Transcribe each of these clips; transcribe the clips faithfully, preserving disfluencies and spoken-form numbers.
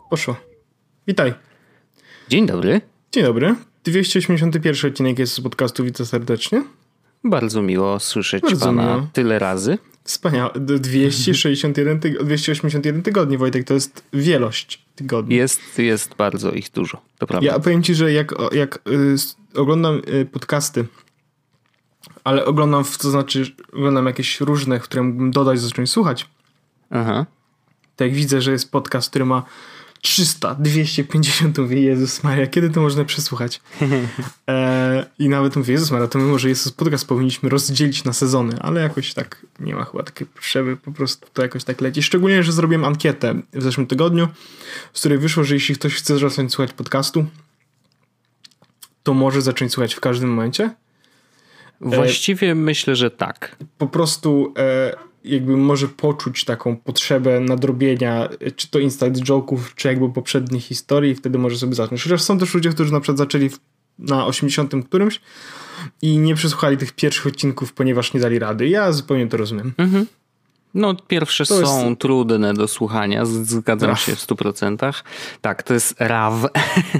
Poszło. Witaj. Dzień dobry. Dzień dobry. dwieście osiemdziesiąty pierwszy odcinek jest z podcastu. Witam serdecznie. Bardzo miło słyszeć Bardzo pana miło. tyle razy. Wspaniałe. dwieście sześćdziesiąt jeden tyg- dwieście osiemdziesiąt jeden tygodni, Wojtek, to jest wielość tygodni. Jest, jest bardzo ich dużo, to prawda. Ja powiem ci, że jak, jak y, oglądam y, podcasty, ale oglądam, w, to znaczy oglądam jakieś różne, które mógłbym dodać, zacząć słuchać. Aha. To jak widzę, że jest podcast, który ma trzysta, dwieście pięćdziesiąt, to mówię, Jezus Maria, kiedy to można przesłuchać? E, I nawet mówię, Jezus Maria, to mimo, że jest podcast, powinniśmy rozdzielić na sezony, ale jakoś tak nie ma chyba takiej potrzeby, po prostu to jakoś tak leci. Szczególnie, że zrobiłem ankietę w zeszłym tygodniu, z której wyszło, że jeśli ktoś chce zacząć słuchać podcastu, to może zacząć słuchać w każdym momencie. Właściwie e, myślę, że tak. Po prostu e, jakby może poczuć taką potrzebę nadrobienia, czy to inside joke'ów, czy jakby poprzednich historii i wtedy może sobie zacząć. Chociaż są też ludzie, którzy na przykład zaczęli w, na osiemdziesiątym którymś i nie przesłuchali tych pierwszych odcinków, ponieważ nie dali rady. Ja zupełnie to rozumiem. Mhm. No pierwsze to są jest... trudne do słuchania, zgadzam Raf. się w stu procentach. Tak, to jest R A W.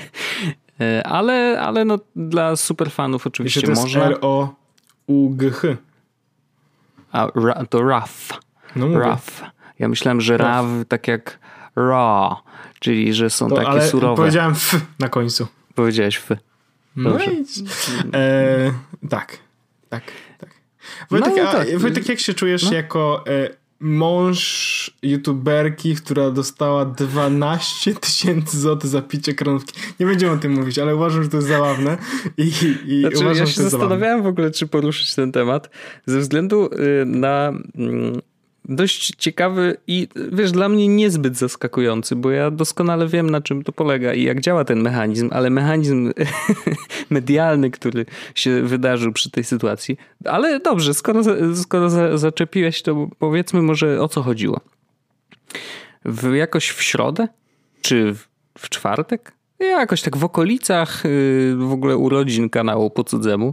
ale, ale no dla superfanów oczywiście to jest można. R O U G H. A ra, to R A F. No R A F. Ja myślałem, że R A W tak jak raw, czyli że są to, takie ale surowe. Powiedziałem F na końcu. Powiedziałeś F. No i, e, tak, tak, tak. Wojtek, no, tak. A, Wojtek, jak się czujesz no. jako e, mąż youtuberki, która dostała dwanaście tysięcy złotych za picie kronówki? Nie będziemy o tym mówić, ale uważam, że to jest zabawne. I, i znaczy, uważam, ja że się to jest zastanawiałem zabawne. w ogóle, czy poruszyć ten temat, ze względu na dość ciekawy i wiesz, dla mnie niezbyt zaskakujący, bo ja doskonale wiem, na czym to polega i jak działa ten mechanizm, ale mechanizm medialny, który się wydarzył przy tej sytuacji. Ale dobrze, skoro, skoro za, zaczepiłeś, to powiedzmy może o co chodziło. W, jakoś w środę? Czy w, w czwartek? Jakoś tak w okolicach w ogóle urodzin kanału Po Cudzemu.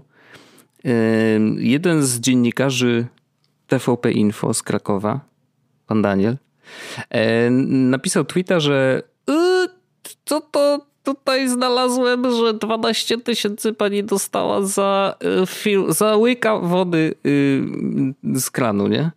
Jeden z dziennikarzy T V P Info z Krakowa, pan Daniel, napisał tweeta, że yy, co to tutaj znalazłem, że dwanaście tysięcy pani dostała za, film, za łyka wody z kranu, nie?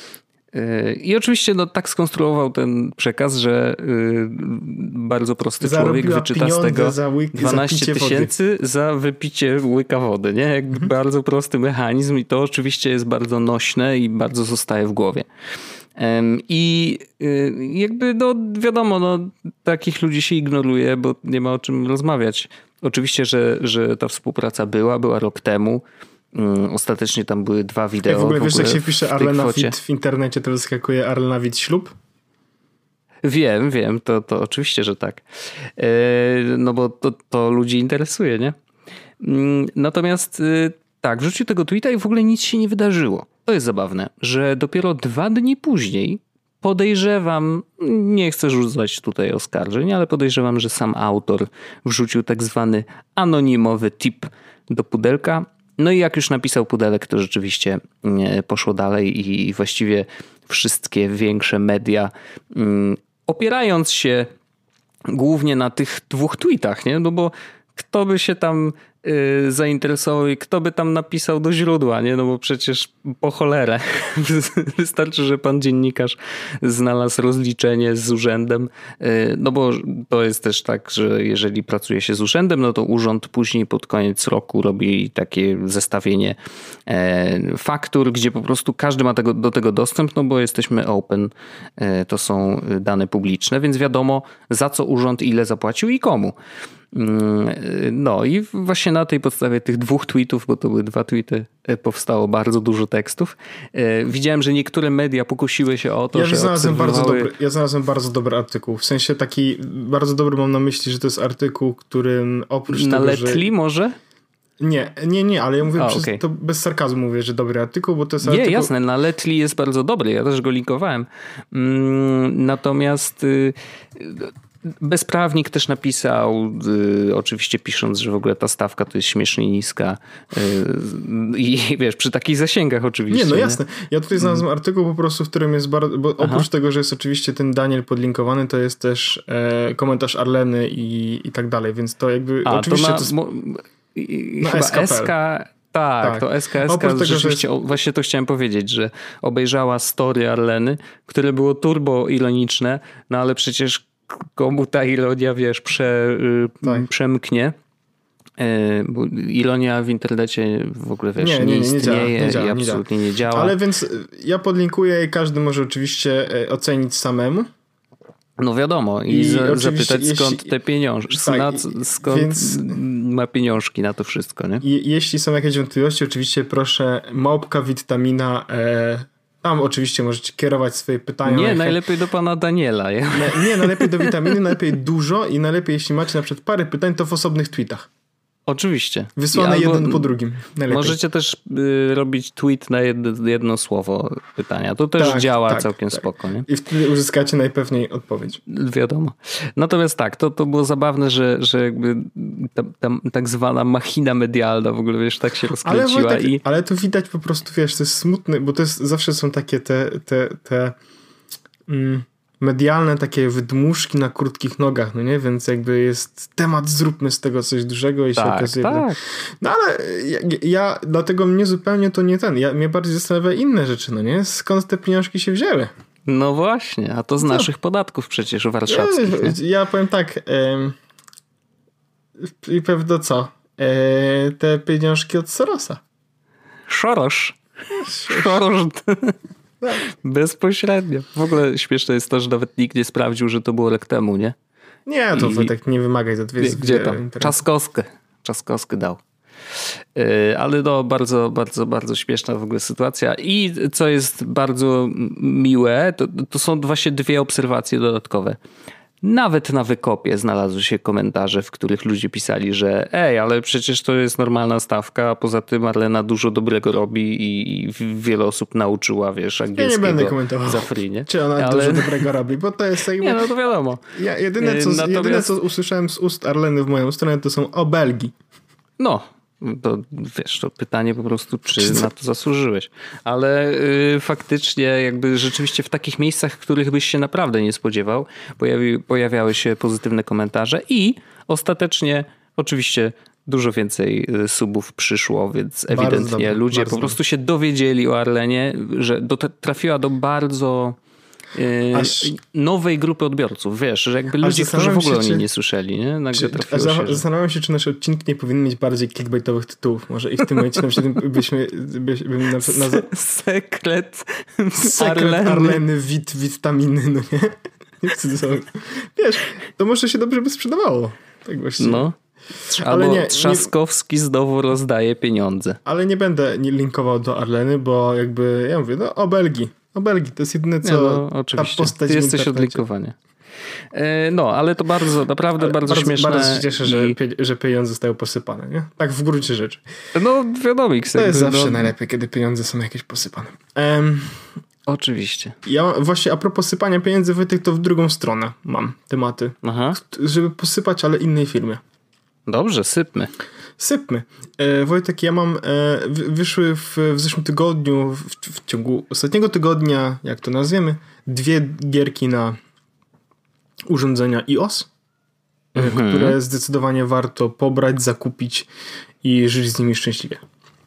I oczywiście no, tak skonstruował ten przekaz, że yy, bardzo prosty Zarobiła człowiek wyczyta z tego za łyk, dwanaście tysięcy za wypicie łyka wody. Nie? Jakby mhm. Bardzo prosty mechanizm i to oczywiście jest bardzo nośne i bardzo zostaje w głowie. Um, I yy, jakby no wiadomo, no, takich ludzi się ignoruje, bo nie ma o czym rozmawiać. Oczywiście, że, że ta współpraca była, była rok temu. Ostatecznie tam były dwa wideo. Jak w ogóle, w ogóle wiesz, jak się w, pisze Arlena Fit w internecie, to wyskakuje Arlena Fit ślub? Wiem, wiem, to, to oczywiście, że tak. No bo to, to ludzi interesuje, nie? Natomiast tak, wrzucił tego tweeta i w ogóle nic się nie wydarzyło. To jest zabawne, że dopiero dwa dni później podejrzewam, nie chcę rzucać tutaj oskarżeń, ale podejrzewam, że sam autor wrzucił tak zwany anonimowy tip do pudelka. No i jak już napisał pudelek, to rzeczywiście poszło dalej i właściwie wszystkie większe media, opierając się głównie na tych dwóch tweetach, nie? No bo kto by się tam yy, zainteresował i kto by tam napisał do źródła, nie? No bo przecież po cholerę. Wystarczy, że pan dziennikarz znalazł rozliczenie z urzędem. Yy, no bo to jest też tak, że jeżeli pracuje się z urzędem, no to urząd później pod koniec roku robi takie zestawienie yy, faktur, gdzie po prostu każdy ma tego, do tego dostęp, no bo jesteśmy open. Yy, to są dane publiczne, więc wiadomo za co urząd ile zapłacił i komu. No i właśnie na tej podstawie tych dwóch tweetów, bo to były dwa tweety, powstało bardzo dużo tekstów. Widziałem, że niektóre media pokusiły się o to, ja że znalazłem obserwowały... bardzo dobry, Ja znalazłem bardzo dobry artykuł. W sensie taki bardzo dobry mam na myśli, że to jest artykuł, którym oprócz na tego, Letli że... może? Nie, nie, nie, ale ja mówię, A, przez, okay. to bez sarkazmu mówię, że dobry artykuł, bo to jest Nie, artykuł... jasne, na Letli jest bardzo dobry, ja też go linkowałem. Mm, natomiast y, bezprawnik też napisał, y, oczywiście pisząc, że w ogóle ta stawka to jest śmiesznie niska y, i wiesz, przy takich zasięgach oczywiście. Nie, no jasne. Nie? Ja tutaj znalazłem artykuł po prostu, w którym jest bardzo, bo oprócz Aha. tego, że jest oczywiście ten Daniel podlinkowany, to jest też e, komentarz Arleny i, i tak dalej, więc to jakby A, oczywiście to, na, to jest... Mo, na chyba S K P L. S K, tak, tak, to S K S K tego, rzeczywiście, jest... właśnie to chciałem powiedzieć, że obejrzała story Arleny, które było turbo ironiczne, no ale przecież komu ta ironia, wiesz, prze, tak. przemknie. Bo ironia w internecie w ogóle, wiesz, nie, nie, nie, nie istnieje nie działa, nie działa, i absolutnie nie działa. Ale więc ja podlinkuję i każdy może oczywiście ocenić samemu. No wiadomo i, I z, zapytać skąd jeśli, te pieniążki, tak, skąd więc, ma pieniążki na to wszystko, nie? Je, jeśli są jakieś wątpliwości, oczywiście proszę małpka witamina, e, tam oczywiście możecie kierować swoje pytania. Nie, najlepiej do pana Daniela. Ja. Nie, nie, najlepiej do witaminy, najlepiej dużo i najlepiej jeśli macie na przykład parę pytań, to w osobnych tweetach. Oczywiście. Wysłane jeden po drugim. Najlepiej. Możecie też y, robić tweet na jedno, jedno słowo pytania. To też tak, działa tak, całkiem tak. spoko. Nie? I wtedy uzyskacie najpewniej odpowiedź. Wiadomo. Natomiast tak, to, to było zabawne, że, że jakby ta, ta tak zwana machina medialna w ogóle, wiesz, tak się rozkręciła. Ale, Wojtek, i... ale to widać po prostu, wiesz, to jest smutne, bo to jest, zawsze są takie te, te, te mm, medialne takie wydmuszki na krótkich nogach, no nie? Więc jakby jest temat, zróbmy z tego coś dużego i tak, się okazuje. Tak. No ale ja, ja, dlatego mnie zupełnie to nie ten, ja, mnie bardziej zastanawia inne rzeczy, no nie? Skąd te pieniążki się wzięły? No właśnie, a to z Co? naszych podatków przecież warszawskich. Ja, ja powiem tak, i pewno co? E, te pieniążki od Sorosa. Szorosz. Szorosz. Bezpośrednio. W ogóle śmieszne jest to, że nawet nikt nie sprawdził, że to było rok temu, nie? Nie, to I, tak nie wymagaj. To gdzie gdzie tam? Trzaskowsky. Trzaskowsky dał. Yy, ale no, bardzo, bardzo, bardzo śmieszna w ogóle sytuacja. I co jest bardzo miłe, to, to są właśnie dwie obserwacje dodatkowe. Nawet na Wykopie znalazły się komentarze, w których ludzie pisali, że ej, ale przecież to jest normalna stawka, a poza tym Arlena dużo dobrego robi i, i wiele osób nauczyła, wiesz, angielskiego. Ja nie będę komentował, za free, nie? Czy ona ale... dużo dobrego robi, bo to jest jakby... Nie, no to wiadomo. Ja jedyne, co, Natomiast... jedyne, co usłyszałem z ust Arleny w moją stronę, to są obelgi. No, to wiesz, to pytanie po prostu, czy, czy na to zasłużyłeś. Ale y, faktycznie jakby rzeczywiście w takich miejscach, których byś się naprawdę nie spodziewał, pojawi, pojawiały się pozytywne komentarze i ostatecznie oczywiście dużo więcej subów przyszło, więc ewidentnie dobry, ludzie po prostu się dowiedzieli o Arlenie, że do, trafiła do bardzo... Aż... nowej grupy odbiorców, wiesz, że jakby ludzie, którzy w ogóle się, o niej nie słyszeli, nie? Nagle trafiło się, że... Zastanawiam się, czy nasze odcinki nie powinny mieć bardziej clickbaitowych tytułów. Może i w tym momencie na przykład byśmy... byśmy na, na... Sekret Sekret Arleny, Arleny wit, witaminy, no nie? Wiesz, to może się dobrze by sprzedawało. Tak właściwie. No. Albo nie, Trzaskowski nie... znowu rozdaje pieniądze. Ale nie będę linkował do Arleny, bo jakby, ja mówię, no obelgi. Obelgi, to jest jedyne, co nie, no, oczywiście. Ta postać Ty jesteś od linkowania. No, ale to bardzo, naprawdę ale bardzo, bardzo śmieszne. Bardzo się cieszę, i... że, pie- że pieniądze zostały posypane, nie? Tak w gruncie rzeczy. No, wiadomo. To jest zawsze no... najlepiej, kiedy pieniądze są jakieś posypane. Um, Oczywiście. Ja właśnie a propos sypania pieniędzy, Wojtek, to w drugą stronę mam tematy. Aha. Żeby posypać, ale innej firmie. Dobrze, sypmy. Sypmy. E, Wojtek, ja mam, e, wyszły w, w zeszłym tygodniu, w, w ciągu ostatniego tygodnia, jak to nazwiemy, dwie gierki na urządzenia iOS, mhm. które zdecydowanie warto pobrać, zakupić i żyć z nimi szczęśliwie.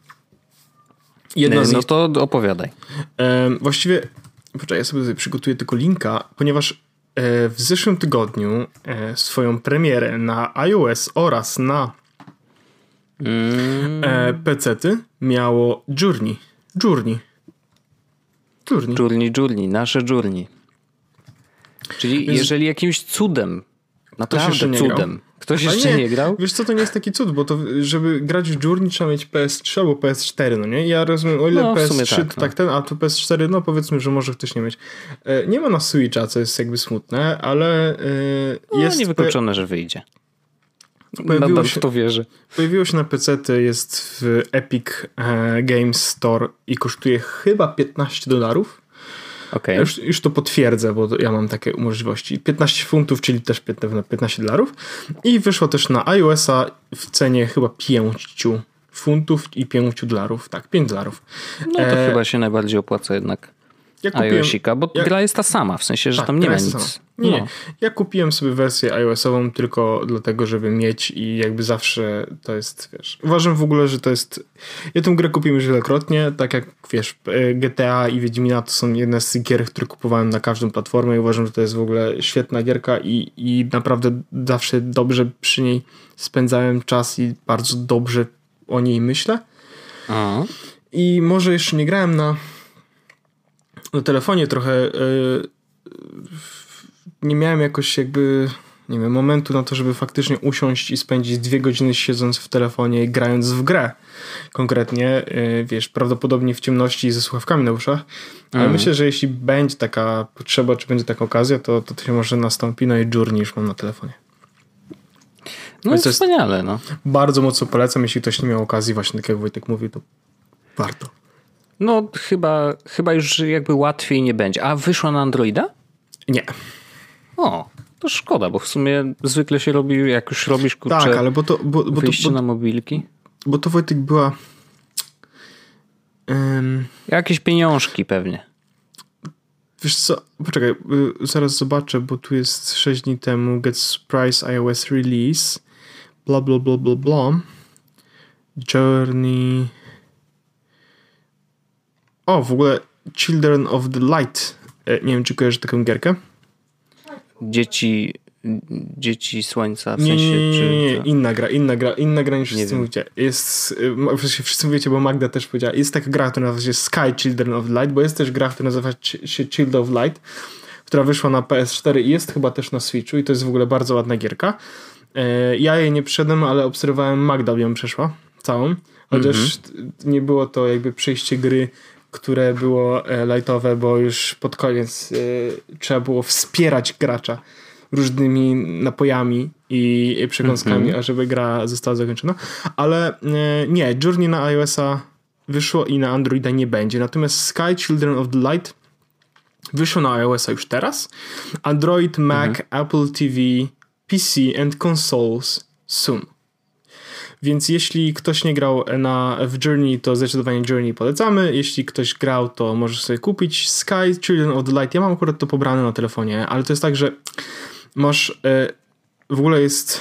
Jedna z no nich, to opowiadaj. E, właściwie, poczekaj, ja sobie tutaj przygotuję tylko linka, ponieważ e, w zeszłym tygodniu e, swoją premierę na iOS oraz na Mm. E, pecety miało Journey. Journey. Journey. Journey, Journey, nasze Journey. Czyli Więc... jeżeli jakimś cudem, naprawdę cudem, grał. ktoś jeszcze nie, nie grał? Wiesz co, to nie jest taki cud, bo to, żeby grać w Journey trzeba mieć P S trzy albo P S cztery, no nie? Ja rozumiem, o ile no, P S trzy tak, to no. tak ten, a tu P S cztery, no powiedzmy, że może ktoś nie mieć. E, nie ma na Switcha, co jest jakby smutne, ale e, no, jest... niewykluczone, P... że wyjdzie. Pojawiło Nadal się, w to wierzę. Pojawiło się na pecety, jest w Epic Games Store i kosztuje chyba piętnaście dolarów. Okay. Ja już, już to potwierdzę, bo ja mam takie możliwości. piętnaście funtów, czyli też piętnaście dolarów. I wyszło też na iOS-a w cenie chyba pięć funtów i pięć dolarów. Tak, pięć dolarów. No to e... chyba się najbardziej opłaca jednak. Ja kupiłem, iOS-ika, bo ja, gra jest ta sama, w sensie, że tak, tam nie ma nic. Nie, nie, ja kupiłem sobie wersję iOS-ową tylko dlatego, żeby mieć i jakby zawsze to jest, wiesz, uważam w ogóle, że to jest, ja tę grę kupiłem już wielokrotnie, tak jak, wiesz, G T A i Wiedźmina to są jedne z gier, które kupowałem na każdą platformę i uważam, że to jest w ogóle świetna gierka i, i naprawdę zawsze dobrze przy niej spędzałem czas i bardzo dobrze o niej myślę. Aha. I może jeszcze nie grałem na na telefonie trochę yy, nie miałem jakoś jakby nie wiem, momentu na to, żeby faktycznie usiąść i spędzić dwie godziny siedząc w telefonie i grając w grę konkretnie, yy, wiesz, prawdopodobnie w ciemności ze słuchawkami na uszach, ale mm. myślę, że jeśli będzie taka potrzeba, czy będzie taka okazja, to to, to się może nastąpi, no i Journey już mam na telefonie. No jest wspaniale, no. Bardzo mocno polecam, jeśli ktoś nie miał okazji, właśnie tak jak Wojtek mówił, to warto. No chyba, chyba już jakby łatwiej nie będzie. A wyszła na Androida? Nie. O, to szkoda, bo w sumie zwykle się robi, jak już robisz kurczę, tak, ale bo to, bo, bo wyjście to, bo, na mobilki. Bo to Wojtek była um, jakieś pieniążki pewnie. Wiesz co, poczekaj, zaraz zobaczę, bo tu jest sześć dni temu Get Surprise iOS Release bla bla bla bla bla Journey. O, w ogóle Children of the Light. Nie wiem, czy kojarzysz taką gierkę? Dzieci Dzieci Słońca, w nie, sensie... Nie, nie, nie, nie. Czy... inna gra, inna gra, inna gra niż wszyscy mówicie. Jest, wszyscy wiecie, bo Magda też powiedziała, jest taka gra, która nazywa się Sky Children of the Light, bo jest też gra, która nazywa się Child of Light, która wyszła na P S cztery i jest chyba też na Switchu i to jest w ogóle bardzo ładna gierka. Ja jej nie przyszedłem, ale obserwowałem, Magda ją przeszła całą, chociaż mm-hmm. nie było to jakby przejście gry, które było lightowe, bo już pod koniec y, trzeba było wspierać gracza różnymi napojami i przekąskami, mm-hmm. ażeby gra została zakończona. Ale y, nie, Journey na iOS-a wyszło i na Androida nie będzie. Natomiast Sky Children of the Light wyszło na iOS-a już teraz. Android, Mac, mm-hmm. Apple T V, P C and consoles soon. Więc jeśli ktoś nie grał na, w Journey, to zdecydowanie Journey polecamy. Jeśli ktoś grał, to możesz sobie kupić Sky Children of the Light. Ja mam akurat to pobrane na telefonie, ale to jest tak, że masz e, w ogóle jest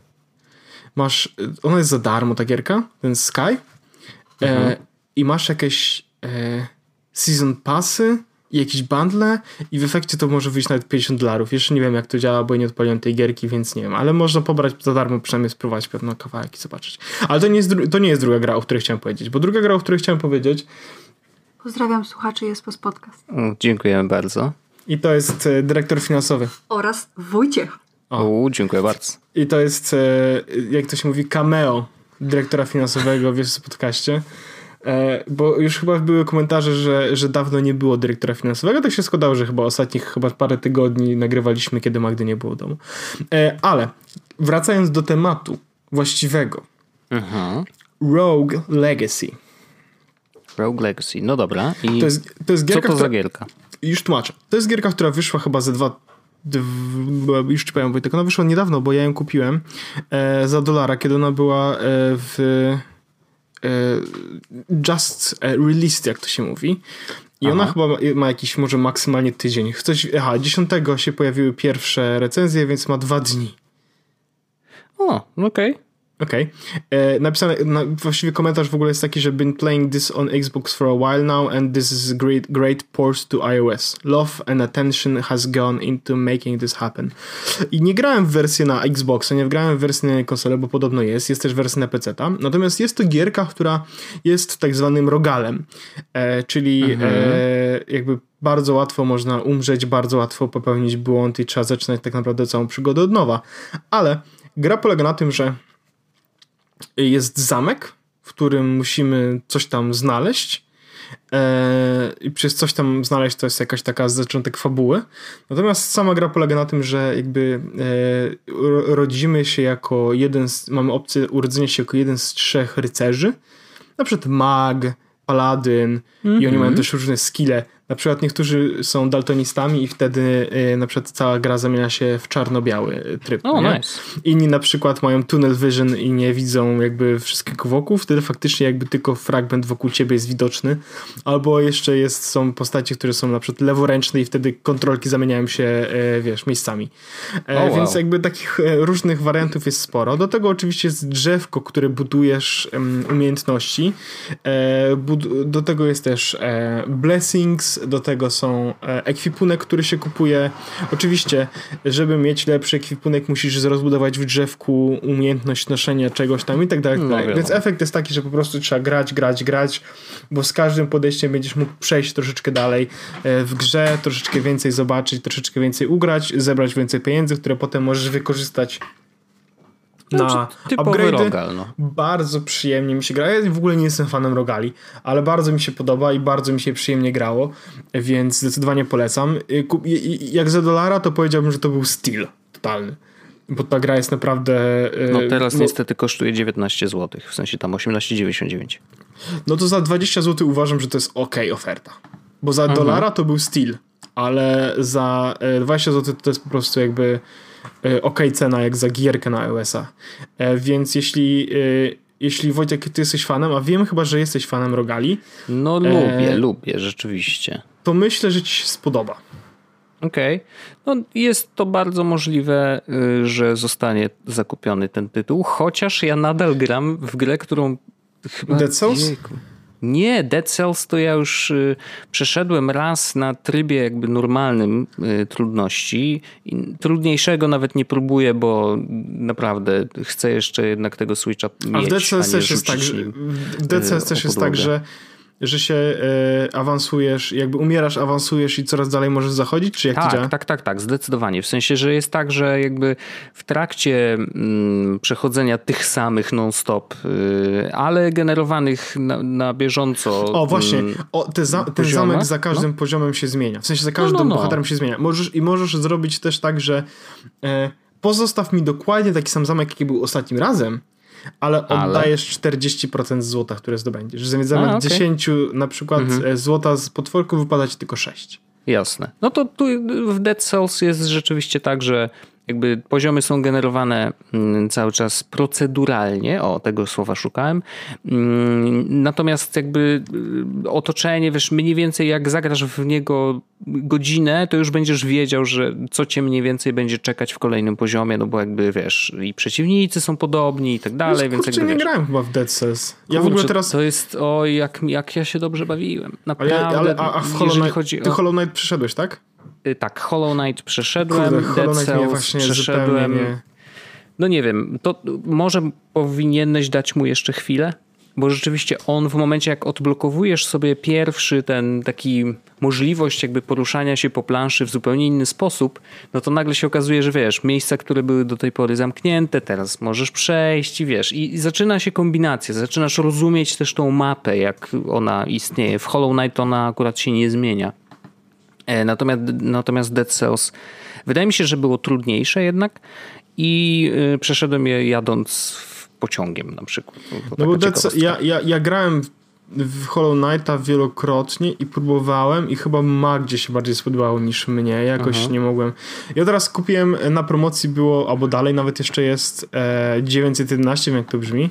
masz, ona jest za darmo, ta gierka, ten Sky e, mhm. i masz jakieś e, season passy i jakieś bundle i w efekcie to może wyjść nawet pięćdziesiąt dolarów. Jeszcze nie wiem, jak to działa, bo nie odpaliłem tej gierki, więc nie wiem, ale można pobrać za darmo, przynajmniej spróbować pewno kawałek i zobaczyć. Ale to nie, jest, to nie jest druga gra, o której chciałem powiedzieć, bo druga gra, o której chciałem powiedzieć... Pozdrawiam słuchaczy Jest Podcast. Dziękujemy bardzo. I to jest e, dyrektor finansowy. Oraz Wojciech. O, U, dziękuję bardzo. I to jest, e, jak to się mówi, cameo dyrektora finansowego w Jest Podcaście. E, bo już chyba były komentarze, że, że dawno nie było dyrektora finansowego. Tak się składało, że chyba ostatnich chyba parę tygodni nagrywaliśmy, kiedy Magdy nie było w domu. E, ale wracając do tematu właściwego. Mhm. Rogue Legacy. Rogue Legacy, no dobra. I to jest, to jest gierka, co to która, za gierka? Już tłumaczę. To jest gierka, która wyszła chyba ze dwa... dwa już ci powiem, Wojtek, ona wyszła niedawno, bo ja ją kupiłem e, za dolara, kiedy ona była e, w... just released, jak to się mówi. I aha. ona chyba ma, ma jakiś może maksymalnie tydzień. Coś, aha, dziesiątego się pojawiły pierwsze recenzje, więc ma dwa dni. O, okej. Okay. Okej. Okay. Napisane, na, właściwie komentarz w ogóle jest taki, że been playing this on Xbox for a while now and this is a great, great port to iOS. Love and attention has gone into making this happen. I nie grałem w wersję na Xboxa, nie grałem w wersję na konsolę, bo podobno jest. Jest też wersja na peceta. Natomiast jest to gierka, która jest tak zwanym rogalem. E, czyli mhm. e, jakby bardzo łatwo można umrzeć, bardzo łatwo popełnić błąd i trzeba zaczynać tak naprawdę całą przygodę od nowa. Ale gra polega na tym, że jest zamek, w którym musimy coś tam znaleźć e, i przez coś tam znaleźć to jest jakaś taka zaczątek fabuły. Natomiast sama gra polega na tym, że jakby e, rodzimy się jako jeden z, mamy opcję urodzenia się jako jeden z trzech rycerzy, na przykład mag, paladyn mm-hmm. i oni mają też różne skille. Na przykład niektórzy są daltonistami i wtedy y, na przykład cała gra zamienia się w czarno-biały tryb. Oh, nie? nice. Inni na przykład mają tunnel vision i nie widzą jakby wszystkiego wokół, wtedy faktycznie jakby tylko fragment wokół ciebie jest widoczny. Albo jeszcze jest, są postacie, które są na przykład leworęczne i wtedy kontrolki zamieniają się, e, wiesz, miejscami. E, oh, wow. Więc jakby takich e, różnych wariantów jest sporo. Do tego oczywiście jest drzewko, które budujesz um, umiejętności. E, bud- do tego jest też e, blessings, do tego są e, ekwipunek, który się kupuje. Oczywiście, żeby mieć lepszy ekwipunek, musisz rozbudować w drzewku umiejętność noszenia czegoś tam i tak dalej. No, Więc efekt jest taki, że po prostu trzeba grać, grać, grać, bo z każdym podejściem będziesz mógł przejść troszeczkę dalej e, w grze, troszeczkę więcej zobaczyć, troszeczkę więcej ugrać, zebrać więcej pieniędzy, które potem możesz wykorzystać na upgrade. Rogal, no. Bardzo przyjemnie mi się gra. Ja w ogóle nie jestem fanem rogali, ale bardzo mi się podoba i bardzo mi się przyjemnie grało, więc zdecydowanie polecam. Jak za dolara, to powiedziałbym, że to był steal totalny. Bo ta gra jest naprawdę... No teraz no, niestety kosztuje dziewiętnaście złotych, w sensie tam osiemnaście dziewięćdziesiąt dziewięć. No to za dwadzieścia złotych uważam, że to jest okej oferta. Bo za mhm. dolara to był steal, ale za dwadzieścia złotych to jest po prostu jakby okej cena jak za gierkę na iOS-a. Więc jeśli, jeśli Wojtek, ty jesteś fanem, a wiem chyba, że jesteś fanem rogali. No lubię, e, lubię, rzeczywiście. To myślę, że ci się spodoba. Okej. Okay. No jest to bardzo możliwe, że zostanie zakupiony ten tytuł, chociaż ja nadal gram w grę, którą chyba... Dead Cells? Jejku. Nie, Dead Cells to ja już y, przeszedłem raz na trybie jakby normalnym y, trudności. I trudniejszego nawet nie próbuję, bo naprawdę chcę jeszcze jednak tego Switcha mieć. A w Dead Cells też jest tak, że, w Dead Cells też jest tak, że że się e, awansujesz, jakby umierasz, awansujesz i coraz dalej możesz zachodzić, czy jak tak, to działa? Tak, tak, tak, zdecydowanie. W sensie, że jest tak, że jakby w trakcie mm, przechodzenia tych samych non-stop, y, ale generowanych na, na bieżąco. O, właśnie. O, te za, ten poziomach, zamek za każdym no? poziomem się zmienia. W sensie za każdym no, no, no. bohaterem się zmienia. Możesz, I możesz zrobić też tak, że e, pozostaw mi dokładnie taki sam zamek, jaki był ostatnim razem, ale oddajesz ale... czterdzieści procent złota, które zdobędziesz. Zamiast zamiast okay. dziesięć na przykład mhm. złota z potworku wypada ci tylko sześć. Jasne. No to tu w Dead Cells jest rzeczywiście tak, że jakby poziomy są generowane cały czas proceduralnie, o tego słowa szukałem, natomiast jakby otoczenie, wiesz, mniej więcej jak zagrasz w niego godzinę, to już będziesz wiedział, że co cię mniej więcej będzie czekać w kolejnym poziomie, no bo jakby wiesz, i przeciwnicy są podobni i tak dalej, no, więc kurczę, jakby nie wiesz, grałem chyba w Dead Cells. Ja kurczę, w ogóle teraz... To jest, o jak, jak ja się dobrze bawiłem. Naprawdę, ale, ale, a, a w Hollow Knight, chodzi o... ty Hollow Knight przeszedłeś, tak? Tak, Hollow Knight przeszedłem, Kurde, Dead Hollow Knight Cells właśnie przeszedłem. Nie... No nie wiem, to może powinieneś dać mu jeszcze chwilę, bo rzeczywiście on w momencie jak odblokowujesz sobie pierwszy ten taki możliwość jakby poruszania się po planszy w zupełnie inny sposób, no to nagle się okazuje, że wiesz, miejsca, które były do tej pory zamknięte, teraz możesz przejść i wiesz, i, i zaczyna się kombinacja, zaczynasz rozumieć też tą mapę, jak ona istnieje. W Hollow Knight ona akurat się nie zmienia. Natomiast, natomiast Dead Cells wydaje mi się, że było trudniejsze jednak i y, przeszedłem je jadąc pociągiem na przykład. No bo Dead, ja, ja, ja grałem w, w Hollow Knighta wielokrotnie i próbowałem i chyba Magdzie się bardziej spodobało niż mnie. Jakoś Aha. nie mogłem. Ja teraz kupiłem, na promocji było, albo dalej nawet jeszcze jest e, dziewięćset jedenaście, jak to brzmi.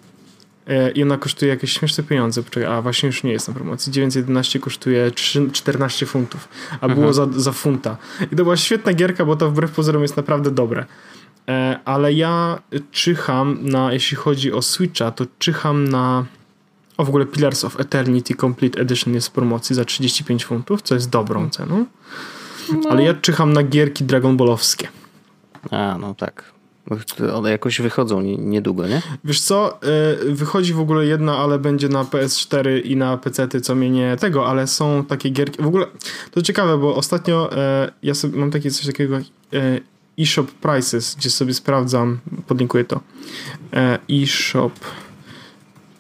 I ona kosztuje jakieś śmieszne pieniądze. Poczekaj, a właśnie już nie jest na promocji. dziewięćset jedenaście kosztuje czternaście funtów, a mhm. było za, za funta. I to była świetna gierka, bo to wbrew pozorom jest naprawdę dobre. E, ale ja czyham na, jeśli chodzi o Switcha, to czyham na o w ogóle Pillars of Eternity Complete Edition jest w promocji za trzydzieści pięć funtów, co jest dobrą ceną. No. Ale ja czyham na gierki Dragon Ballowskie. A, no tak. One jakoś wychodzą niedługo, nie? Wiesz co, wychodzi w ogóle jedna, ale będzie na P S cztery i na pecety, co mnie nie tego, ale są takie gierki, w ogóle to ciekawe, bo ostatnio ja sobie mam takie coś takiego eShop Prices, gdzie sobie sprawdzam, podlinkuję to, eShop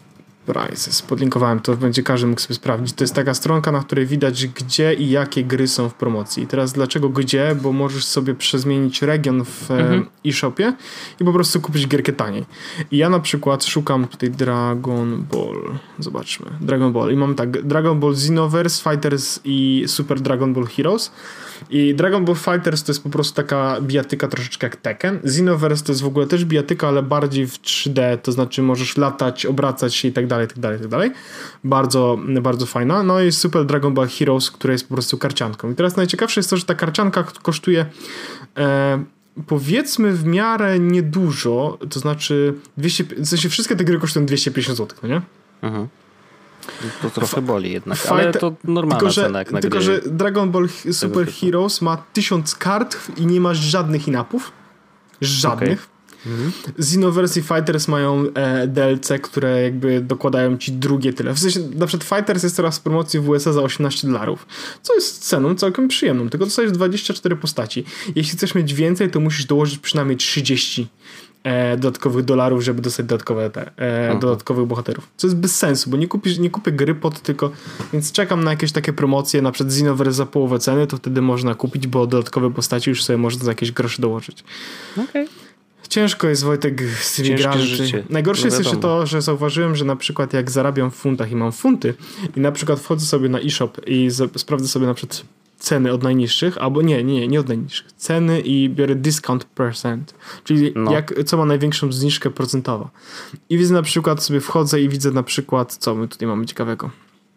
Prices. Podlinkowałem to, będzie każdy mógł sobie sprawdzić. To jest taka stronka, na której widać, gdzie i jakie gry są w promocji. I teraz dlaczego gdzie? Bo możesz sobie przezmienić region w mhm. e-shopie i po prostu kupić gierkę taniej. I ja na przykład szukam tutaj Dragon Ball. Zobaczmy. Dragon Ball. I mam tak, Dragon Ball Xenoverse, Fighters i Super Dragon Ball Heroes. I Dragon Ball Fighters to jest po prostu taka bijatyka troszeczkę jak Tekken. Xenoverse to jest w ogóle też bijatyka, ale bardziej w trzy D, to znaczy możesz latać, obracać się i tak dalej, tak dalej, tak dalej. Bardzo, bardzo fajna. No i Super Dragon Ball Heroes, która jest po prostu karcianką. I teraz najciekawsze jest to, że ta karcianka kosztuje e, powiedzmy w miarę niedużo, to znaczy dwieście, w sensie wszystkie te gry kosztują dwieście pięćdziesiąt złotych, no nie? Mhm. To trochę boli jednak, ale to normalna tylko, że, cena jak na Tylko, gry. że Dragon Ball Super Heroes ma tysiąc kart i nie masz żadnych in-upów. Żadnych. Okay. Mhm. Xenoverse i Fighters mają e, D L C, które jakby dokładają ci drugie tyle. W sensie, na przykład Fighters jest teraz w promocji w U S A za osiemnaście dolarów, co jest ceną całkiem przyjemną, tylko dostajesz dwadzieścia cztery postaci. Jeśli chcesz mieć więcej, to musisz dołożyć przynajmniej trzydzieści E, dodatkowych dolarów, żeby dostać dodatkowe te, e, uh-huh. dodatkowych bohaterów. Co jest bez sensu, bo nie kupisz, nie kupię gry pod tylko, więc czekam na jakieś takie promocje, na przykład Xenoverse za połowę ceny, to wtedy można kupić, bo dodatkowe postaci już sobie można za jakieś grosze dołożyć. Okay. Ciężko jest, Wojtek, z tymi grami. Najgorsze no jest jeszcze to, że zauważyłem, że na przykład jak zarabiam w funtach i mam funty i na przykład wchodzę sobie na e-shop i z- sprawdzę sobie na przykład ceny od najniższych, albo nie, nie, nie od najniższych. Ceny i biorę discount percent, czyli no. jak, co ma największą zniżkę procentową. I widzę na przykład, sobie wchodzę i widzę na przykład, co my tutaj mamy ciekawego.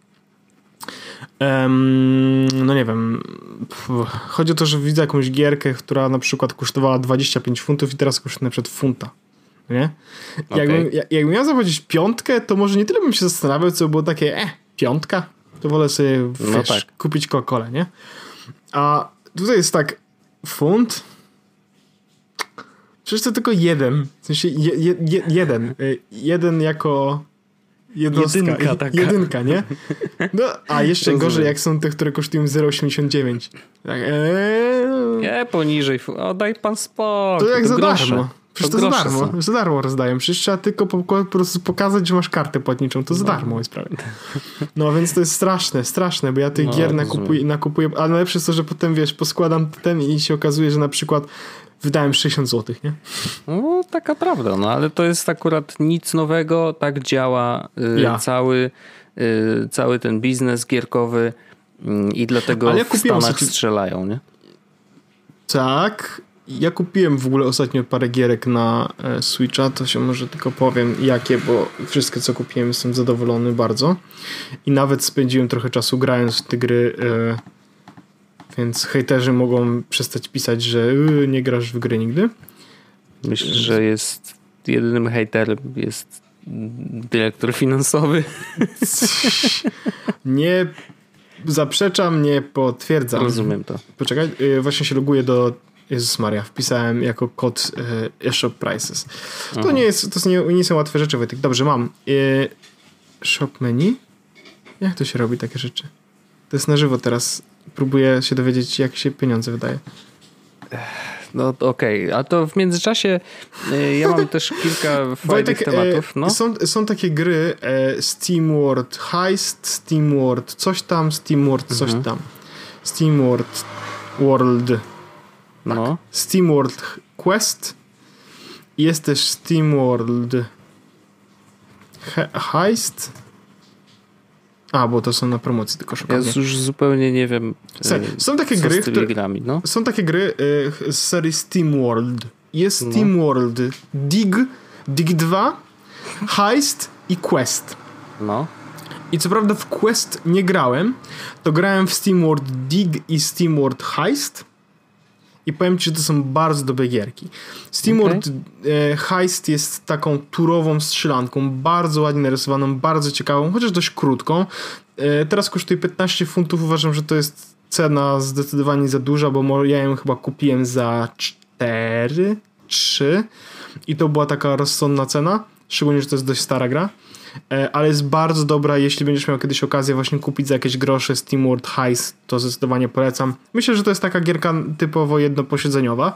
Um, no nie wiem. Chodzi o to, że widzę jakąś gierkę, która na przykład kosztowała dwadzieścia pięć funtów i teraz kosztuje na przykład funta. Nie? Okay. Jakbym, jakbym miał zapłacić piątkę, to może nie tyle bym się zastanawiał, co było takie, eh, piątka? To wolę sobie wiesz, no tak. kupić Coca-Colę, nie? A tutaj jest tak, funt? Przecież to tylko jeden. W sensie je, je, je, jeden. Jeden jako jednostka. Jedynka taka. Jedynka, nie? No, a jeszcze Rozumiem. gorzej, jak są te, które kosztują zero przecinek osiemdziesiąt dziewięć. Tak, ee... Nie, poniżej. O, daj pan spokój. To jak to za grosze. darmo. Przecież to, to za darmo. Są. Za darmo rozdają. Przecież trzeba tylko po, po prostu pokazać, że masz kartę płatniczą. To za no. darmo jest prawie. No więc to jest straszne, straszne, bo ja tych no, gier nakupuję, nakupuję, ale najlepsze jest to, że potem wiesz, poskładam ten i się okazuje, że na przykład wydałem sześćdziesiąt złotych, nie? No taka prawda, no ale to jest akurat nic nowego, tak działa y, ja. cały, y, cały ten biznes gierkowy y, i dlatego ja w Stanach sobie... strzelają, nie? Tak. Ja kupiłem w ogóle ostatnio parę gierek na e, Switcha, to się może tylko powiem jakie, bo wszystkie co kupiłem jestem zadowolony bardzo i nawet spędziłem trochę czasu grając w te gry, e, więc hejterzy mogą przestać pisać, że y, nie grasz w gry nigdy. Myślę, że jest jedynym hejterem jest dyrektor finansowy. Nie zaprzeczam, nie potwierdzam. Rozumiem to. Poczekaj, y, właśnie się loguję do Jezus Maria, wpisałem jako kod y, eShop Prices. To Aha. nie jest, to nie, nie są łatwe rzeczy, Wojtek. Dobrze, mam. Y, shop menu? Jak to się robi, takie rzeczy? To jest na żywo teraz. Próbuję się dowiedzieć, jak się pieniądze wydaje. No okej, okay. A to w międzyczasie y, ja mam też kilka fajnych tematów. No. Są, są takie gry e, SteamWorld Heist, SteamWorld coś tam, SteamWorld coś mhm. tam. SteamWorld World Tak. No. SteamWorld Quest. Jest też SteamWorld He- Heist. A, bo to są na promocji, tylko szukam. Ja już zupełnie nie wiem. Słuchaj, są takie gry, które, grami, no? są takie gry y, z serii SteamWorld. Jest no. SteamWorld Dig, Dig dwa, Heist i Quest. No. I co prawda w Quest nie grałem, to grałem w SteamWorld Dig i SteamWorld Heist. I powiem ci, że to są bardzo dobre gierki. SteamWorld okay. Heist jest taką turową strzelanką, bardzo ładnie narysowaną, bardzo ciekawą, chociaż dość krótką. Teraz kosztuje piętnaście funtów. Uważam, że to jest cena zdecydowanie za duża, bo ja ją chyba kupiłem za cztery, trzy i to była taka rozsądna cena, szczególnie, że to jest dość stara gra. Ale jest bardzo dobra, jeśli będziesz miał kiedyś okazję właśnie kupić za jakieś grosze SteamWorld Heist, to zdecydowanie polecam. Myślę, że to jest taka gierka typowo jednoposiedzeniowa,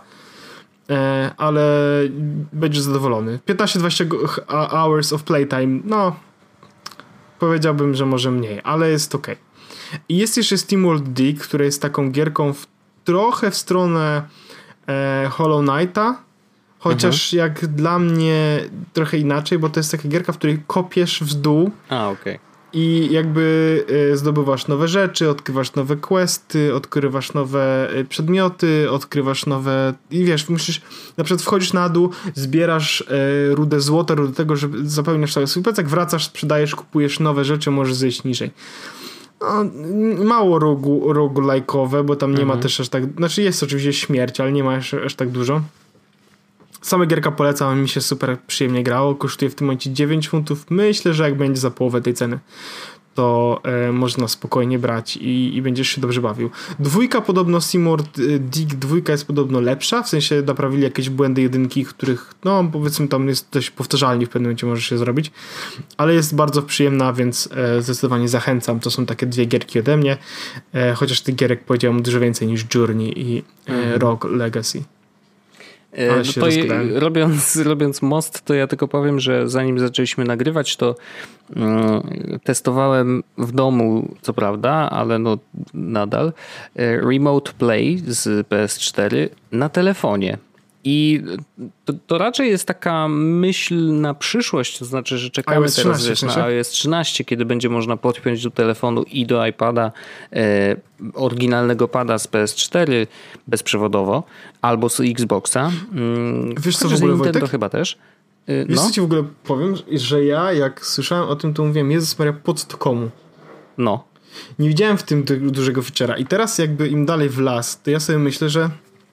ale będziesz zadowolony. piętnaście dwadzieścia hours of playtime, no powiedziałbym, że może mniej, ale jest okej. I jest jeszcze SteamWorld Dig, która jest taką gierką w, trochę w stronę e, Hollow Knighta, chociaż mhm. jak dla mnie trochę inaczej, bo to jest taka gierka, w której kopiesz w dół. A, okej. Okay. I jakby y, zdobywasz nowe rzeczy, odkrywasz nowe questy, odkrywasz nowe y, przedmioty, odkrywasz nowe... I wiesz, musisz... Na przykład wchodzisz na dół, zbierasz y, rudę złota, rudę tego, żeby zapełniasz cały swój plecak, wracasz, sprzedajesz, kupujesz nowe rzeczy, możesz zejść niżej. No, mało rogu, rogu-like'owe, bo tam nie mhm. ma też aż tak... Znaczy jest oczywiście śmierć, ale nie ma aż, aż tak dużo. Same gierka polecam, mi się super przyjemnie grało. Kosztuje w tym momencie dziewięć funtów. Myślę, że jak będzie za połowę tej ceny, to e, można spokojnie brać i, i będziesz się dobrze bawił. Dwójka podobno, SteamWorld Dig dwójka jest podobno lepsza, w sensie naprawili jakieś błędy jedynki, których no powiedzmy tam jest dość powtarzalnie w pewnym momencie możesz się zrobić, ale jest bardzo przyjemna, więc e, zdecydowanie zachęcam. To są takie dwie gierki ode mnie, e, chociaż tych gierek powiedziałem dużo więcej niż Journey i e, mm. Rogue Legacy. No to je, robiąc, robiąc most, to ja tylko powiem, że zanim zaczęliśmy nagrywać, to mm, testowałem w domu, co prawda, ale no nadal, Remote Play z P S cztery na telefonie. I to, to raczej jest taka myśl na przyszłość, to znaczy, że czekamy teraz trzynaście, wiesz, na iOS trzynaście, kiedy będzie można podpiąć do telefonu i do iPada e, oryginalnego pada z P S cztery bezprzewodowo, albo z Xboxa. Mm, wiesz co w ogóle, Nintendo Wojtek? chyba też. E, wiesz no? co ci w ogóle powiem, że ja jak słyszałem o tym, to mówiłem, Jezus Maria, po co to komu? No. Nie widziałem w tym dużego feature'a i teraz jakby im dalej w las, to ja sobie myślę, że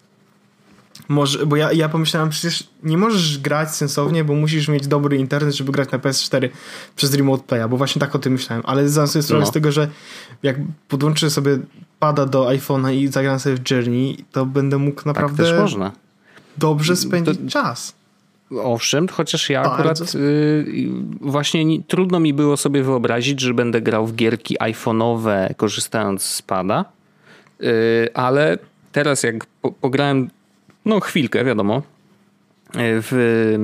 może, bo ja, ja pomyślałem, przecież nie możesz grać sensownie, bo musisz mieć dobry internet, żeby grać na P S cztery przez Remote Playa, bo właśnie tak o tym myślałem, ale zdałem sobie sprawę no. z tego, że jak podłączę sobie pada do iPhone'a i zagram sobie w Journey, to będę mógł naprawdę tak też można. dobrze spędzić to... czas. Owszem, chociaż ja Bardzo. akurat y, właśnie nie, trudno mi było sobie wyobrazić, że będę grał w gierki iPhone'owe korzystając z pada, y, ale teraz jak po, pograłem no chwilkę, wiadomo. W,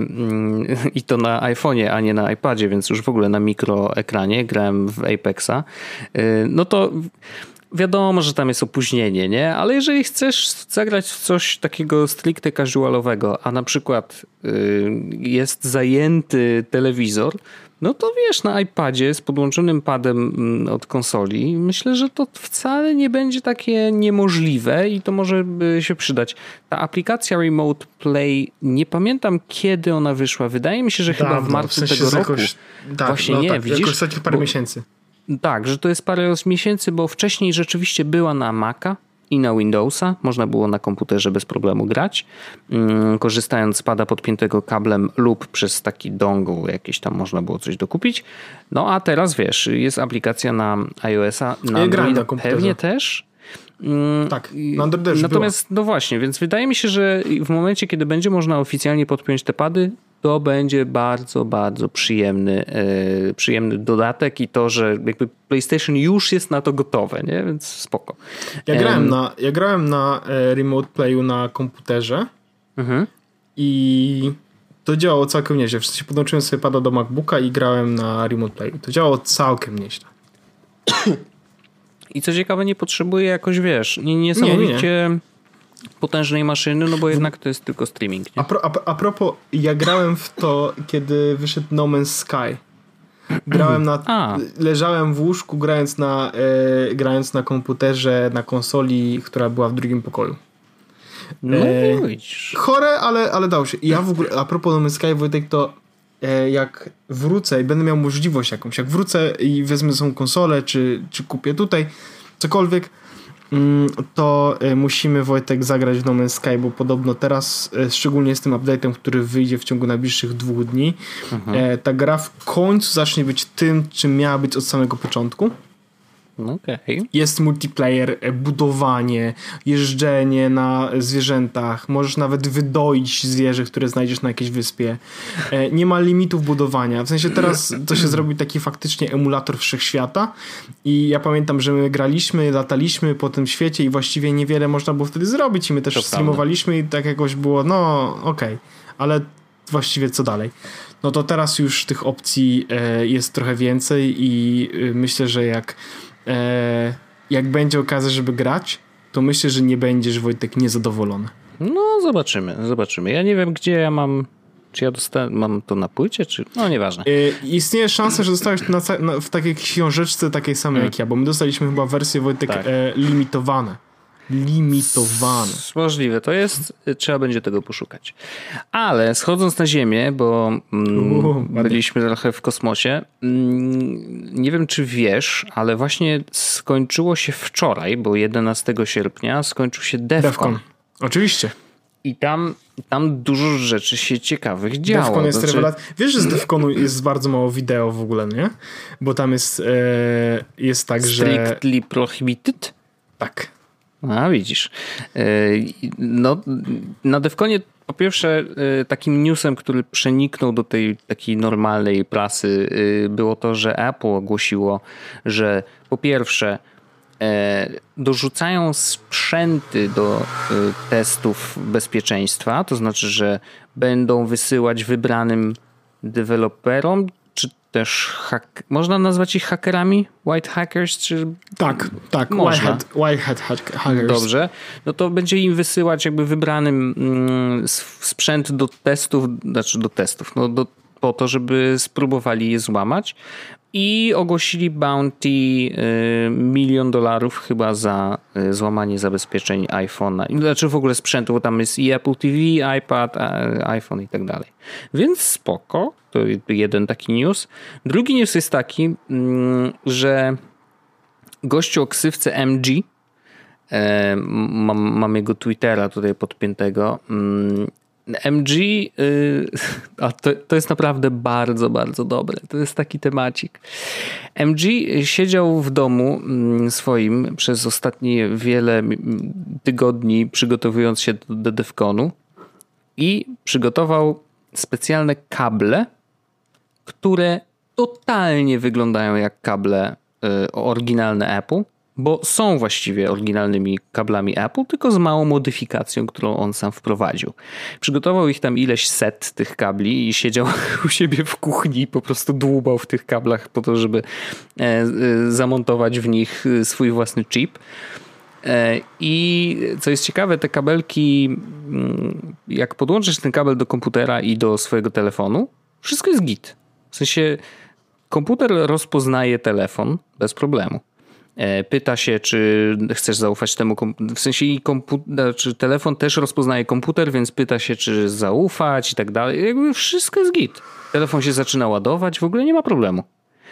i to na iPhone'ie, a nie na iPadzie, więc już w ogóle na mikroekranie grałem w Apexa. No to wiadomo, że tam jest opóźnienie, nie? Ale jeżeli chcesz zagrać w coś takiego stricte casualowego, a na przykład jest zajęty telewizor, no to wiesz, na iPadzie z podłączonym padem od konsoli, myślę, że to wcale nie będzie takie niemożliwe i to może się przydać. Ta aplikacja Remote Play, nie pamiętam kiedy ona wyszła. Wydaje mi się, że Dawno, chyba w marcu w sensie tego roku. Jakoś, tak, Właśnie no nie, tak, widzisz? Jakoś takich parę bo, miesięcy. Tak, że to jest parę miesięcy, bo wcześniej rzeczywiście była na Maca i na Windowsa. Można było na komputerze bez problemu grać, korzystając z pada podpiętego kablem lub przez taki dongle jakieś tam można było coś dokupić. No a teraz wiesz, jest aplikacja na iOS-a, na Androida pewnie też. Tak, na Androida już Natomiast była. No właśnie, więc wydaje mi się, że w momencie, kiedy będzie można oficjalnie podpiąć te pady, to będzie bardzo, bardzo przyjemny, yy, przyjemny dodatek i to, że jakby PlayStation już jest na to gotowe, nie? Więc spoko. Ja grałem um, na, ja grałem na e, Remote Playu na komputerze uh-huh. i to działało całkiem nieźle. W sensie podłączyłem sobie pada do MacBooka i grałem na Remote Playu. To działało całkiem nieźle. I co ciekawe, nie potrzebuje jakoś, wiesz, niesamowicie... Nie, nie, nie. potężnej maszyny, no bo jednak to jest tylko streaming. Nie? A, pro, a, a propos, ja grałem w to, kiedy wyszedł No Man's Sky. Grałem na... A. Leżałem w łóżku grając na, e, grając na komputerze, na konsoli, która była w drugim pokoju. No e, widzisz. Chore, ale, ale dało się. I ja w ogóle, a propos No Man's Sky, Wojtek, to e, jak wrócę i będę miał możliwość jakąś, jak wrócę i wezmę sobie konsolę, czy, czy kupię tutaj cokolwiek, to musimy, Wojtek, zagrać w No Man's Sky, bo podobno teraz, szczególnie z tym update'em, który wyjdzie w ciągu najbliższych dwóch dni, mhm. ta gra w końcu zacznie być tym, czym miała być od samego początku. Okay. Jest multiplayer, budowanie, jeżdżenie na zwierzętach, możesz nawet wydoić zwierzę, które znajdziesz na jakiejś wyspie. Nie ma limitów budowania. W sensie teraz to się zrobi taki faktycznie emulator wszechświata i ja pamiętam, że my graliśmy, lataliśmy po tym świecie i właściwie niewiele można było wtedy zrobić i my też to streamowaliśmy prawda. I tak jakoś było, no okej, okay. Ale właściwie co dalej. No to teraz już tych opcji e, jest trochę więcej i e, myślę, że jak e, jak będzie okazja, żeby grać, to myślę, że nie będziesz, Wojtek, niezadowolony. No zobaczymy, zobaczymy. Ja nie wiem, gdzie ja mam, czy ja dostałem, mam to na płycie, czy, no nieważne. E, istnieje szansa, że dostałeś to na, na, w takiej książeczce takiej samej hmm. jak ja, bo my dostaliśmy chyba wersję, Wojtek, tak. e, limitowane. Limitowane. Możliwe to jest, trzeba będzie tego poszukać. Ale schodząc na ziemię, bo mm, uh, byliśmy trochę w kosmosie, mm, nie wiem czy wiesz, ale właśnie skończyło się wczoraj, bo jedenastego sierpnia skończył się DEFCON. DEFCON. Oczywiście. I tam, tam dużo rzeczy się ciekawych działo. DEFCON jest znaczy... rewelacja. Wiesz, że z DEFCONu jest bardzo mało wideo w ogóle, nie? Bo tam jest, e, jest tak, Strictly że... Strictly prohibited? Tak. A widzisz. No, na DEFCONie po pierwsze takim newsem, który przeniknął do tej takiej normalnej prasy, było to, że Apple ogłosiło, że po pierwsze dorzucają sprzęty do testów bezpieczeństwa, to znaczy, że będą wysyłać wybranym deweloperom, czy też hak- można nazwać ich hakerami? White hackers? Czy... Tak, tak. Można. White hat, white hat hackers. Dobrze. No to będzie im wysyłać jakby wybranym mm, sprzęt do testów, znaczy do testów, no do, po to, żeby spróbowali je złamać. I ogłosili bounty y, milion dolarów chyba za y, złamanie zabezpieczeń iPhone'a. Znaczy w ogóle sprzętu, bo tam jest i Apple T V, iPad, a, iPhone i tak dalej. Więc spoko. To jeden taki news. Drugi news jest taki, y, że gościu o ksywce M G, y, mam, mam jego Twittera tutaj podpiętego, y, M G, yy, a to, to jest naprawdę bardzo, bardzo dobre. To jest taki temacik. M G siedział w domu swoim przez ostatnie wiele tygodni, przygotowując się do, do DEFCONu i przygotował specjalne kable, które totalnie wyglądają jak kable yy, oryginalne Apple, bo są właściwie oryginalnymi kablami Apple, tylko z małą modyfikacją, którą on sam wprowadził. Przygotował ich tam ileś set tych kabli i siedział u siebie w kuchni i po prostu dłubał w tych kablach po to, żeby zamontować w nich swój własny chip. I co jest ciekawe, te kabelki, jak podłączysz ten kabel do komputera i do swojego telefonu, wszystko jest git. W sensie komputer rozpoznaje telefon bez problemu. Pyta się, czy chcesz zaufać temu, w sensie i komputer, czy telefon też rozpoznaje komputer, więc pyta się, czy zaufać i tak dalej. Jakby wszystko jest git. Telefon się zaczyna ładować, w ogóle nie ma problemu.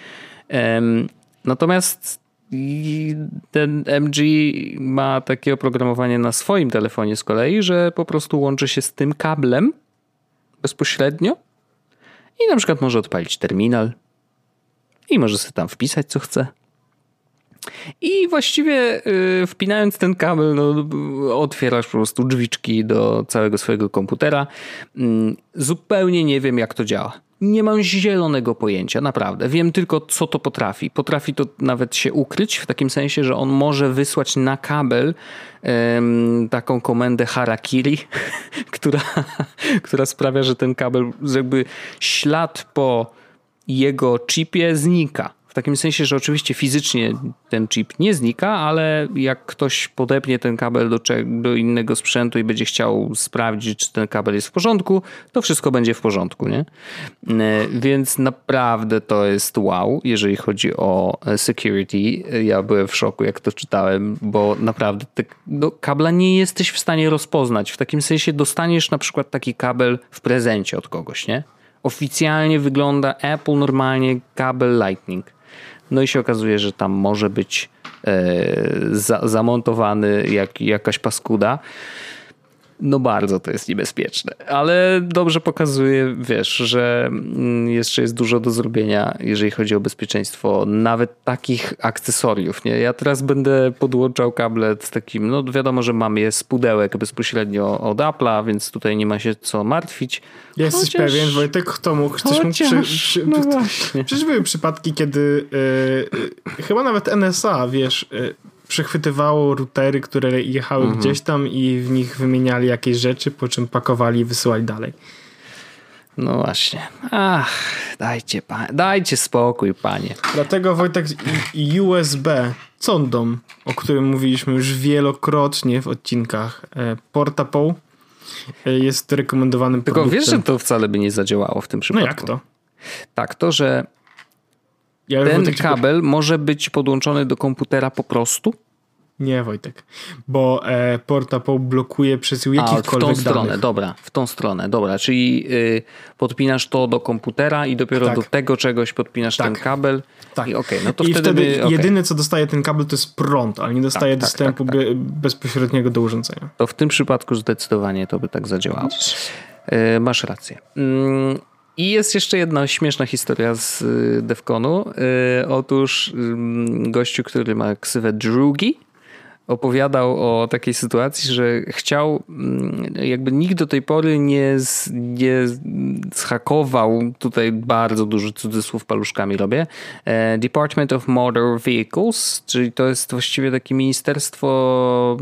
Natomiast ten M G ma takie oprogramowanie na swoim telefonie z kolei, że po prostu łączy się z tym kablem bezpośrednio i na przykład może odpalić terminal i może sobie tam wpisać, co chce. I właściwie yy, wpinając ten kabel, no, otwierasz po prostu drzwiczki do całego swojego komputera. Yy, zupełnie nie wiem, jak to działa. Nie mam zielonego pojęcia, naprawdę. Wiem tylko, co to potrafi. Potrafi to nawet się ukryć, w takim sensie, że on może wysłać na kabel yy, taką komendę harakiri, która, która sprawia, że ten kabel, jakby ślad po jego chipie znika. W takim sensie, że oczywiście fizycznie ten chip nie znika, ale jak ktoś podepnie ten kabel do, do innego sprzętu i będzie chciał sprawdzić, czy ten kabel jest w porządku, to wszystko będzie w porządku, nie? Więc naprawdę to jest wow, jeżeli chodzi o security. Ja byłem w szoku, jak to czytałem, bo naprawdę te, no, kabla nie jesteś w stanie rozpoznać. W takim sensie dostaniesz na przykład taki kabel w prezencie od kogoś, nie? Oficjalnie wygląda Apple normalnie kabel Lightning. No i się okazuje, że tam może być e, za, zamontowany jak, jakaś paskuda. No bardzo to jest niebezpieczne, ale dobrze pokazuje, wiesz, że jeszcze jest dużo do zrobienia, jeżeli chodzi o bezpieczeństwo nawet takich akcesoriów. Nie? Ja teraz będę podłączał kable z takim, no wiadomo, że mam je z pudełek bezpośrednio od Apple'a, więc tutaj nie ma się co martwić. Jesteś chociaż, pewien, Wojtek, kto mógł? Ktoś chociaż, mógł przy, przy, no właśnie. Przecież były przypadki, kiedy yy, chyba nawet N S A, wiesz, yy, przechwytywało routery, które jechały mhm. gdzieś tam i w nich wymieniali jakieś rzeczy, po czym pakowali i wysyłali dalej. No właśnie. Ach, dajcie, pa- dajcie spokój, panie. Dlatego Wojtek U S B Condom, o którym mówiliśmy już wielokrotnie w odcinkach Portapole, jest rekomendowanym Tylko produktem. wiesz, że to wcale by nie zadziałało w tym przypadku. No jak to? Tak, to, że Ja ten Wojtek, kabel może być podłączony do komputera po prostu. Nie, Wojtek, bo e, Portapole blokuje przesył A, w tą jakichkolwiek stronę, danych. dobra, w tą stronę, dobra, czyli y, podpinasz to do komputera i dopiero Tak. do tego czegoś podpinasz Tak. ten kabel. Tak. I okej, no to I wtedy, wtedy by, okay. jedyne, co dostaje ten kabel, to jest prąd, ale nie dostaje Tak, tak, dostępu tak, tak. Be- bezpośredniego do urządzenia. To w tym przypadku zdecydowanie to by tak zadziałało. Y, masz rację. Mm, I jest jeszcze jedna śmieszna historia z y, Defconu. Y, otóż y, gościu, który ma ksywę Drugi, opowiadał o takiej sytuacji, że chciał, jakby nikt do tej pory nie, z, nie zhakował, tutaj bardzo duży cudzysłów paluszkami robię, Department of Motor Vehicles, czyli to jest właściwie takie ministerstwo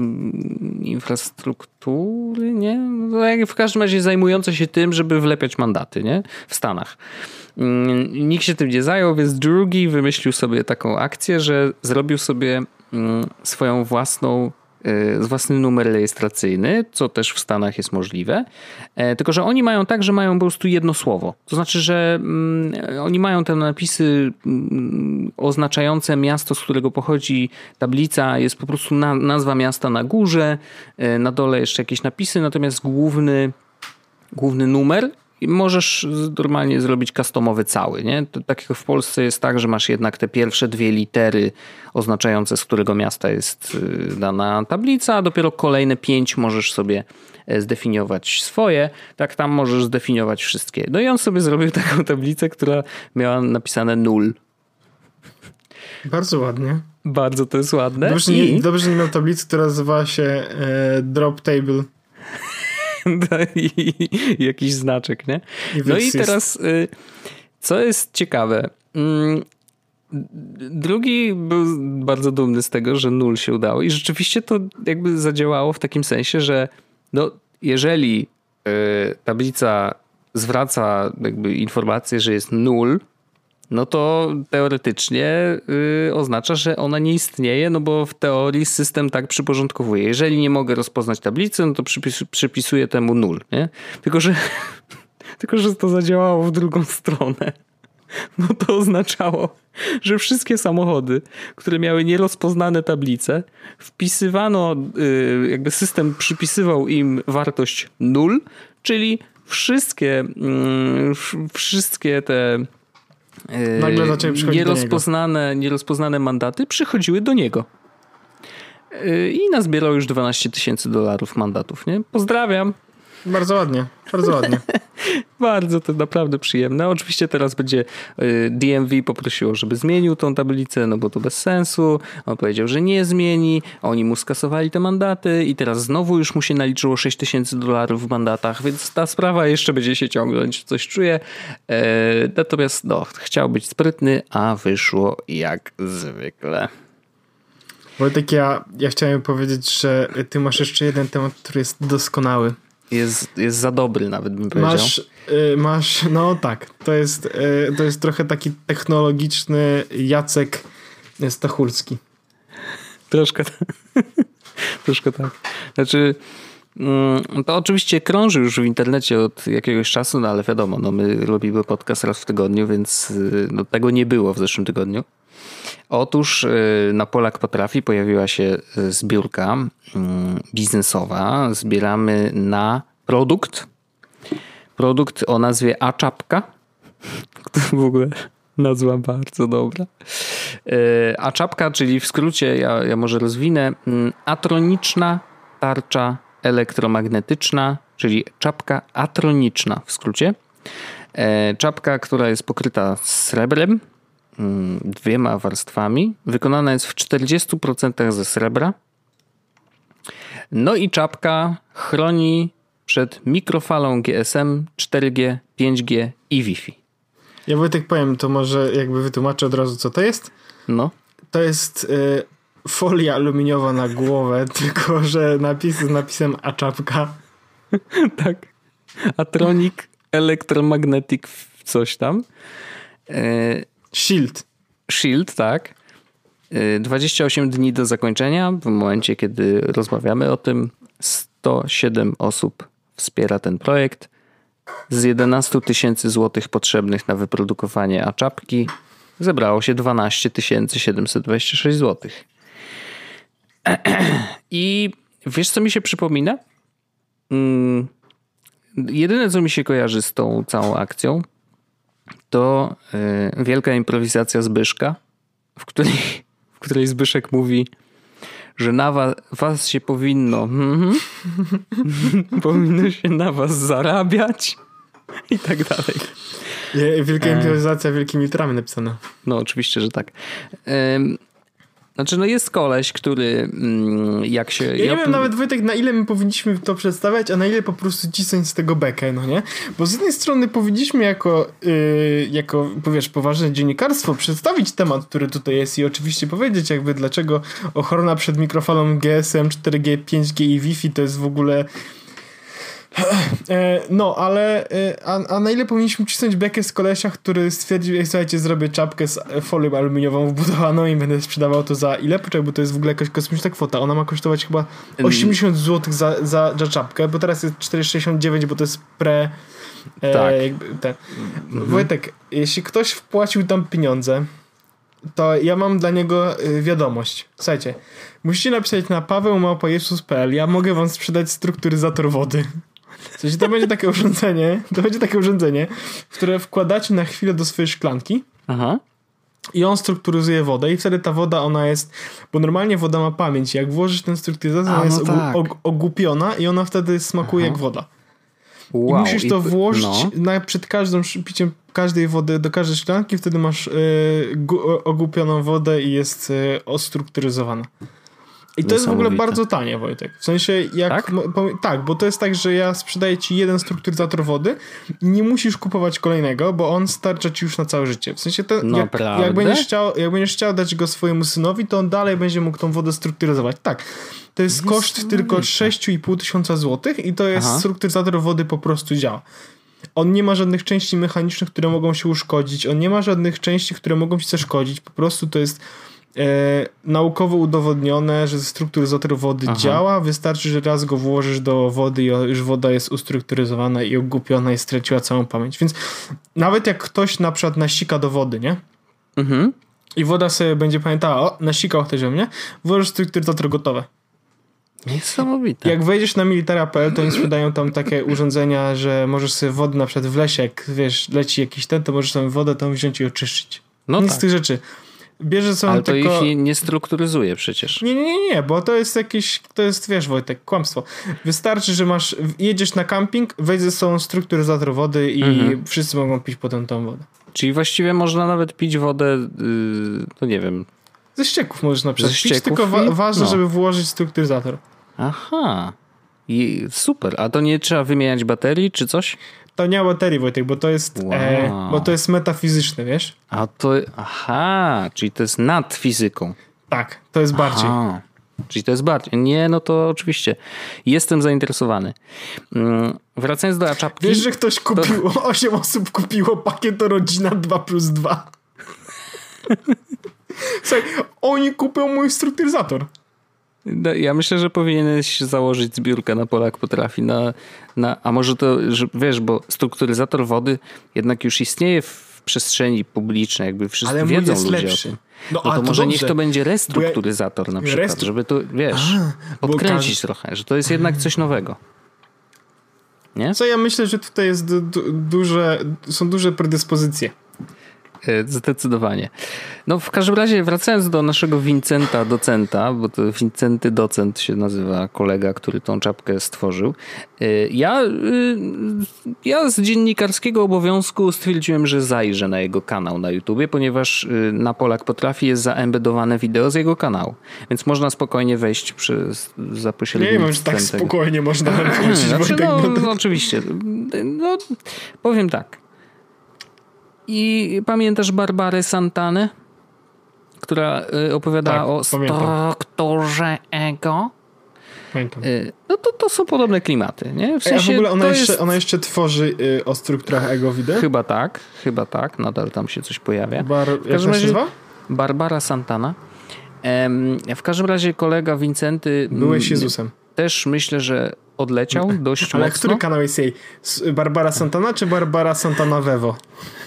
infrastruktury, nie? No, w każdym razie zajmujące się tym, żeby wlepiać mandaty, nie? W Stanach. Nikt się tym nie zajął, więc drugi wymyślił sobie taką akcję, że zrobił sobie swoją własną, własny numer rejestracyjny, co też w Stanach jest możliwe. Tylko że oni mają tak, że mają po prostu jedno słowo. To znaczy, że oni mają te napisy oznaczające miasto, z którego pochodzi tablica. Jest po prostu nazwa miasta na górze, na dole jeszcze jakieś napisy, natomiast główny, główny numer i możesz normalnie zrobić customowy cały, nie? To, tak jak w Polsce jest tak, że masz jednak te pierwsze dwie litery oznaczające, z którego miasta jest dana tablica, a dopiero kolejne pięć możesz sobie zdefiniować swoje. Tak tam możesz zdefiniować wszystkie. No i on sobie zrobił taką tablicę, która miała napisane nul. Bardzo ładnie. Bardzo to jest ładne. Dobrze, I... nie, dobrze nie miał tablicy, która nazywa się e, drop table. I, i jakiś znaczek, nie? No i teraz, co jest ciekawe, drugi był bardzo dumny z tego, że nul się udało i rzeczywiście to jakby zadziałało w takim sensie, że no, jeżeli tablica zwraca jakby informację, że jest nul, no to teoretycznie yy, oznacza, że ona nie istnieje, no bo w teorii system tak przyporządkowuje. Jeżeli nie mogę rozpoznać tablicy, no to przypis, przypisuję temu nul, nie? Tylko, że tylko, że to zadziałało w drugą stronę. No to oznaczało, że wszystkie samochody, które miały nierozpoznane tablice, wpisywano, yy, jakby system przypisywał im wartość nul, czyli wszystkie, yy, wszystkie te Nagle zaczęły przychodzić nierozpoznane, do niego. nierozpoznane mandaty przychodziły do niego. I nazbierał już dwanaście tysięcy dolarów mandatów, nie? Pozdrawiam. Bardzo ładnie, bardzo ładnie. Bardzo to naprawdę przyjemne. Oczywiście teraz będzie D M V poprosiło, żeby zmienił tą tablicę, no bo to bez sensu. On powiedział, że nie zmieni. Oni mu skasowali te mandaty i teraz znowu już mu się naliczyło sześć tysięcy dolarów w mandatach, więc ta sprawa jeszcze będzie się ciągnąć, coś czuję. Natomiast no, chciał być sprytny, a wyszło jak zwykle. Wojtek, ja, ja chciałem powiedzieć, że ty masz jeszcze jeden temat, który jest doskonały. Jest, jest za dobry nawet, bym powiedział. Masz, y, masz, no tak, to jest, y, to jest trochę taki technologiczny Jacek Stachurski. Troszkę tak. Troszkę tak. Znaczy, to oczywiście krąży już w internecie od jakiegoś czasu, no ale wiadomo, no my robimy podcast raz w tygodniu, więc no, tego nie było w zeszłym tygodniu. Otóż na Polak Potrafi pojawiła się zbiórka biznesowa. Zbieramy na produkt. Produkt o nazwie A-czapka. W ogóle nazwa bardzo dobra. A-czapka, czyli w skrócie, ja, ja może rozwinę, atroniczna tarcza elektromagnetyczna, czyli czapka atroniczna w skrócie. Czapka, która jest pokryta srebrem, dwiema warstwami. Wykonana jest w czterdzieści procent ze srebra. No i czapka chroni przed mikrofalą G S M, cztery G, pięć G i Wi-Fi. Ja Wojtek powiem, to może jakby wytłumaczę od razu, co to jest. No. To jest y, folia aluminiowa na głowę, tylko że napis z napisem A-czapka. Tak. Atronic Electromagnetic coś tam. Shield. Shield, tak. dwadzieścia osiem dni do zakończenia. W momencie, kiedy rozmawiamy o tym, sto siedem osób wspiera ten projekt. Z jedenaście tysięcy złotych potrzebnych na wyprodukowanie A-czapki zebrało się dwanaście tysięcy siedemset dwadzieścia sześć złotych. I wiesz, co mi się przypomina? Hmm, jedyne, co mi się kojarzy z tą całą akcją, to yy, wielka improwizacja Zbyszka, w której, w której Zbyszek mówi, że na was, was się powinno mm, powinno się na was zarabiać i tak dalej. Wielka improwizacja wielkimi literami napisana. No oczywiście, że tak. Ym, Znaczy, no jest koleś, który jak się... Ja, ja nie wiem nawet, Wojtek, na ile my powinniśmy to przedstawiać, a na ile po prostu cisnąć z tego bekę, no nie? Bo z jednej strony powinniśmy jako, yy, jako powiesz, poważne dziennikarstwo przedstawić temat, który tutaj jest i oczywiście powiedzieć jakby dlaczego ochrona przed mikrofalą G S M, cztery G, pięć G i Wi-Fi to jest w ogóle... No, ale a, a na ile powinniśmy cisnąć bekę z kolesia, który stwierdził, ej, słuchajcie, zrobię czapkę z folią aluminiową wbudowaną i będę sprzedawał to za ile? Poczekaj, bo to jest w ogóle jakaś kosmiczna kwota. Ona ma kosztować chyba osiemdziesiąt złotych za, za, za czapkę, bo teraz jest czterysta sześćdziesiąt dziewięć, bo to jest pre... Tak. E, jakby te. Mhm. Wojtek, jeśli ktoś wpłacił tam pieniądze, to ja mam dla niego wiadomość. Słuchajcie, musicie napisać na paweł małpa jesus kropka p l. Ja mogę wam sprzedać strukturyzator wody. W sensie to będzie takie urządzenie, to będzie takie urządzenie, w które wkładacie na chwilę do swojej szklanki. Aha. I on strukturyzuje wodę i wtedy ta woda, ona jest, bo normalnie woda ma pamięć. Jak włożysz ten strukturyzator, ona no jest tak. og- ogłupiona i ona wtedy smakuje Aha. jak woda. Wow. I musisz to I, włożyć no. na, przed każdym piciem każdej wody do każdej szklanki, wtedy masz yy, gu- ogłupioną wodę i jest yy, ostrukturyzowana. I to jest w ogóle bardzo tanie, Wojtek. W sensie jak... Tak? Po, tak, bo to jest tak, że ja sprzedaję ci jeden strukturyzator wody i nie musisz kupować kolejnego, bo on starcza ci już na całe życie. W sensie to, no, jak, jak, będziesz chciał, jak będziesz chciał dać go swojemu synowi, to on dalej będzie mógł tą wodę strukturyzować. Tak. To jest, jest koszt tylko sześć i pół tysiąca złotych i to jest Aha. strukturyzator wody po prostu działa. On nie ma żadnych części mechanicznych, które mogą się uszkodzić. On nie ma żadnych części, które mogą ci zaszkodzić. Po prostu to jest E, naukowo udowodnione, że strukturyzator wody Aha. działa. Wystarczy, że raz go włożysz do wody i już woda jest ustrukturyzowana i ogłupiona i straciła całą pamięć. Więc nawet jak ktoś na przykład nasika do wody, nie? Mhm. I woda sobie będzie pamiętała, o, nasikał ktoś o mnie, włożysz strukturyzator gotowe. Niesamowite. Jak wejdziesz na militara kropka p l, to oni sprzedają tam takie urządzenia, że możesz sobie wodę na przykład w lesie, jak wiesz, leci jakiś ten, to możesz sobie wodę tam wziąć i oczyszczyć. No Nic tak. z tych rzeczy. Bierze sobie Ale to tylko... ich nie, nie strukturyzuje przecież. Nie, nie, nie, bo to jest jakieś, to jest, wiesz, Wojtek, kłamstwo. Wystarczy, że masz, jedziesz na camping, weź ze sobą strukturyzator wody i mhm. wszyscy mogą pić potem tą wodę. Czyli właściwie można nawet pić wodę, yy, no nie wiem. Ze ścieków możesz na przykład Ze pić, ścieków tylko wa- i... ważne, no. żeby włożyć strukturyzator. Aha. I super. A to nie trzeba wymieniać baterii czy coś? To nie ma baterii, Wojtek, bo to jest wow. e, bo to jest metafizyczne, wiesz? A to, aha, czyli to jest nad fizyką. Tak, to jest aha. bardziej. Czyli to jest bardziej. Nie, no to oczywiście. Jestem zainteresowany. Wracając do A-czapki. Wiesz, że ktoś kupił, to... osiem osób kupiło pakiet rodzina dwa plus dwa. Słuchaj, oni kupią mój strukturyzator. Ja myślę, że powinieneś założyć zbiórkę na Polak Potrafi. Na, na, a może to, że, wiesz, bo strukturyzator wody jednak już istnieje w przestrzeni publicznej, jakby wszyscy ale wiedzą jest ludzie lepszy. o tym. No, no to, to może dobrze. niech to będzie restrukturyzator ja... na przykład, Restru... żeby to, wiesz, a, podkręcić każdy... trochę, że to jest jednak coś nowego. Nie? Co ja myślę, że tutaj jest du- du- duże, są duże predyspozycje. Zdecydowanie. No w każdym razie wracając do naszego Vincenta Docenta, bo to Vincenty Docent się nazywa kolega, który tą czapkę stworzył. Ja, ja z dziennikarskiego obowiązku stwierdziłem, że zajrzę na jego kanał na YouTubie, ponieważ na Polak Potrafi jest zaembedowane wideo z jego kanału. Więc można spokojnie wejść przez, za pośrednictwem Nie wiem, że tak spokojnie można wchodzić. Znaczy, no, no oczywiście. No, powiem tak. I pamiętasz Barbarę Santanę, która opowiadała tak, o strukturze ego? Pamiętam. No to, to są podobne klimaty, nie? W sensie, a w ogóle ona, to jeszcze, jest... ona jeszcze tworzy y, o strukturach ego, widzę? Chyba tak, chyba tak. Nadal tam się coś pojawia. Bar... W każdym Jak się razie nazywa? Barbara Santana. Em, w każdym razie kolega Wincenty... Byłeś Jezusem. Też myślę, że odleciał dość Ale mocno. który kanał jest jej? Barbara Santana czy Barbara Santana Vevo?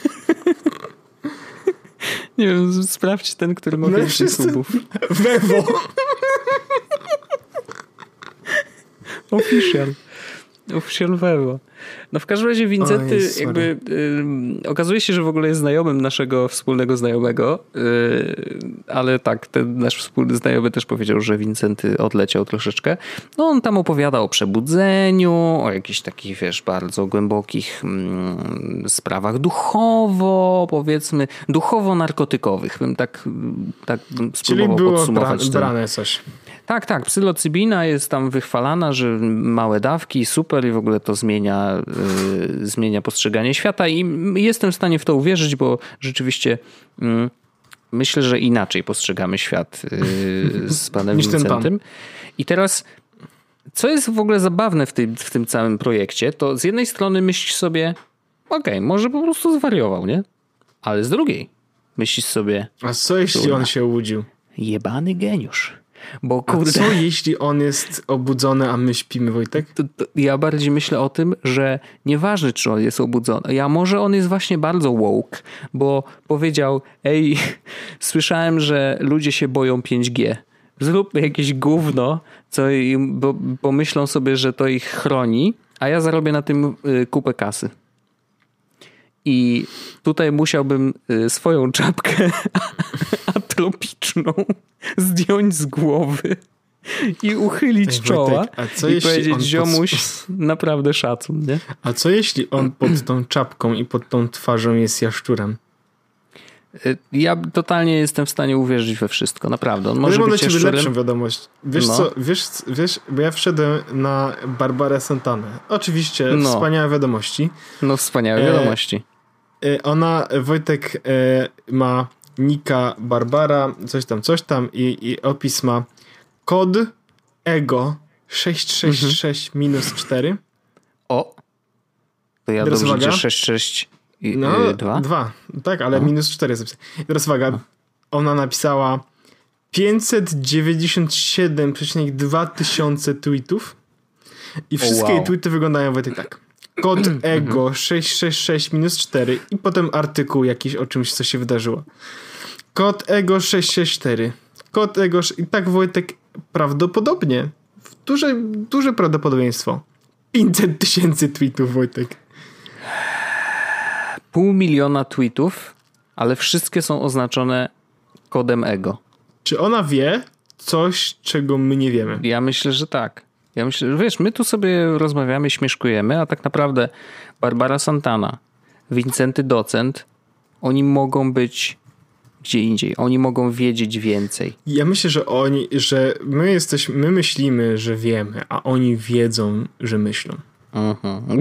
Nie wiem, sprawdź ten, który ma No więcej wszyscy- subów. Vevo. Official. Official Vevo. No w każdym razie Wincenty Oj, sorry. jakby y, okazuje się, że w ogóle jest znajomym naszego wspólnego znajomego, y, ale tak, ten nasz wspólny znajomy też powiedział, że Wincenty odleciał troszeczkę. No on tam opowiada o przebudzeniu, o jakichś takich, wiesz, bardzo głębokich mm, sprawach duchowo, powiedzmy, duchowo-narkotykowych. Bym tak, tak bym Czyli spróbował było podsumować bra- ten. brane coś. Tak, tak. Psylocybina jest tam wychwalana, że małe dawki, super i w ogóle to zmienia, y, zmienia postrzeganie świata i jestem w stanie w to uwierzyć, bo rzeczywiście y, myślę, że inaczej postrzegamy świat y, z panem Niż ten Wincentem. I teraz, co jest w ogóle zabawne w tym, w tym całym projekcie, to z jednej strony myślisz sobie, okej, okay, może po prostu zwariował, nie? Ale z drugiej myślisz sobie, A co jeśli Kurwa. on się obudził? jebany geniusz. Bo A kurde... co jeśli on jest obudzony, a my śpimy, Wojtek? To, to ja bardziej myślę o tym, że nieważne, czy on jest obudzony. Ja może on jest właśnie bardzo woke, bo powiedział, ej, słyszałem, że ludzie się boją pięć G. Zróbmy jakieś gówno, co im, bo, bo myślą sobie, że to ich chroni, a ja zarobię na tym y, kupę kasy. I tutaj musiałbym y, swoją czapkę atropiczną zdjąć z głowy i uchylić Ej, czoła Wojtek, a co i jeśli powiedzieć, on pod- ziomuś, naprawdę szacun, nie? A co jeśli on pod tą czapką i pod tą twarzą jest jaszczurem? Y, Ja totalnie jestem w stanie uwierzyć we wszystko, naprawdę. On może Ale mam dla być ciebie jaszczurem. lepszą wiadomość. Wiesz No. co, wiesz, wiesz, bo ja wszedłem na Barbarę Santanę. Oczywiście, No. wspaniałe wiadomości. No wspaniałe E, wiadomości. E, Ona, Wojtek, e, ma nika Barbara, coś tam, coś tam i, i opis ma kod ego sześć sześć sześć minus cztery. O! To ja Teraz dobrze uwaga. gdzie sześć sześć i No, y, dwa? dwa. Tak, ale No. minus cztery jest napisane. I teraz uwaga, ona napisała pięćset dziewięćdziesiąt siedem przecinek dwa tysiące tweetów i wszystkie wow. jej tweety wyglądają Wojtek tak. Kod ego sześć sześć sześć minus cztery i potem artykuł jakiś o czymś, co się wydarzyło. Kod ego sześć sześć cztery. Kod ego sz- i tak Wojtek prawdopodobnie, duże, duże prawdopodobieństwo. pięćset tysięcy tweetów, Wojtek. Pół miliona tweetów, ale wszystkie są oznaczone kodem ego. Czy ona wie coś, czego my nie wiemy? Ja myślę, że tak. Ja myślę, że wiesz, my tu sobie rozmawiamy, śmieszkujemy, a tak naprawdę Barbara Santana, Wincenty Docent, oni mogą być gdzie indziej. Oni mogą wiedzieć więcej. Ja myślę, że oni, że my jesteśmy, my myślimy, że wiemy, a oni wiedzą, że myślą. Mhm.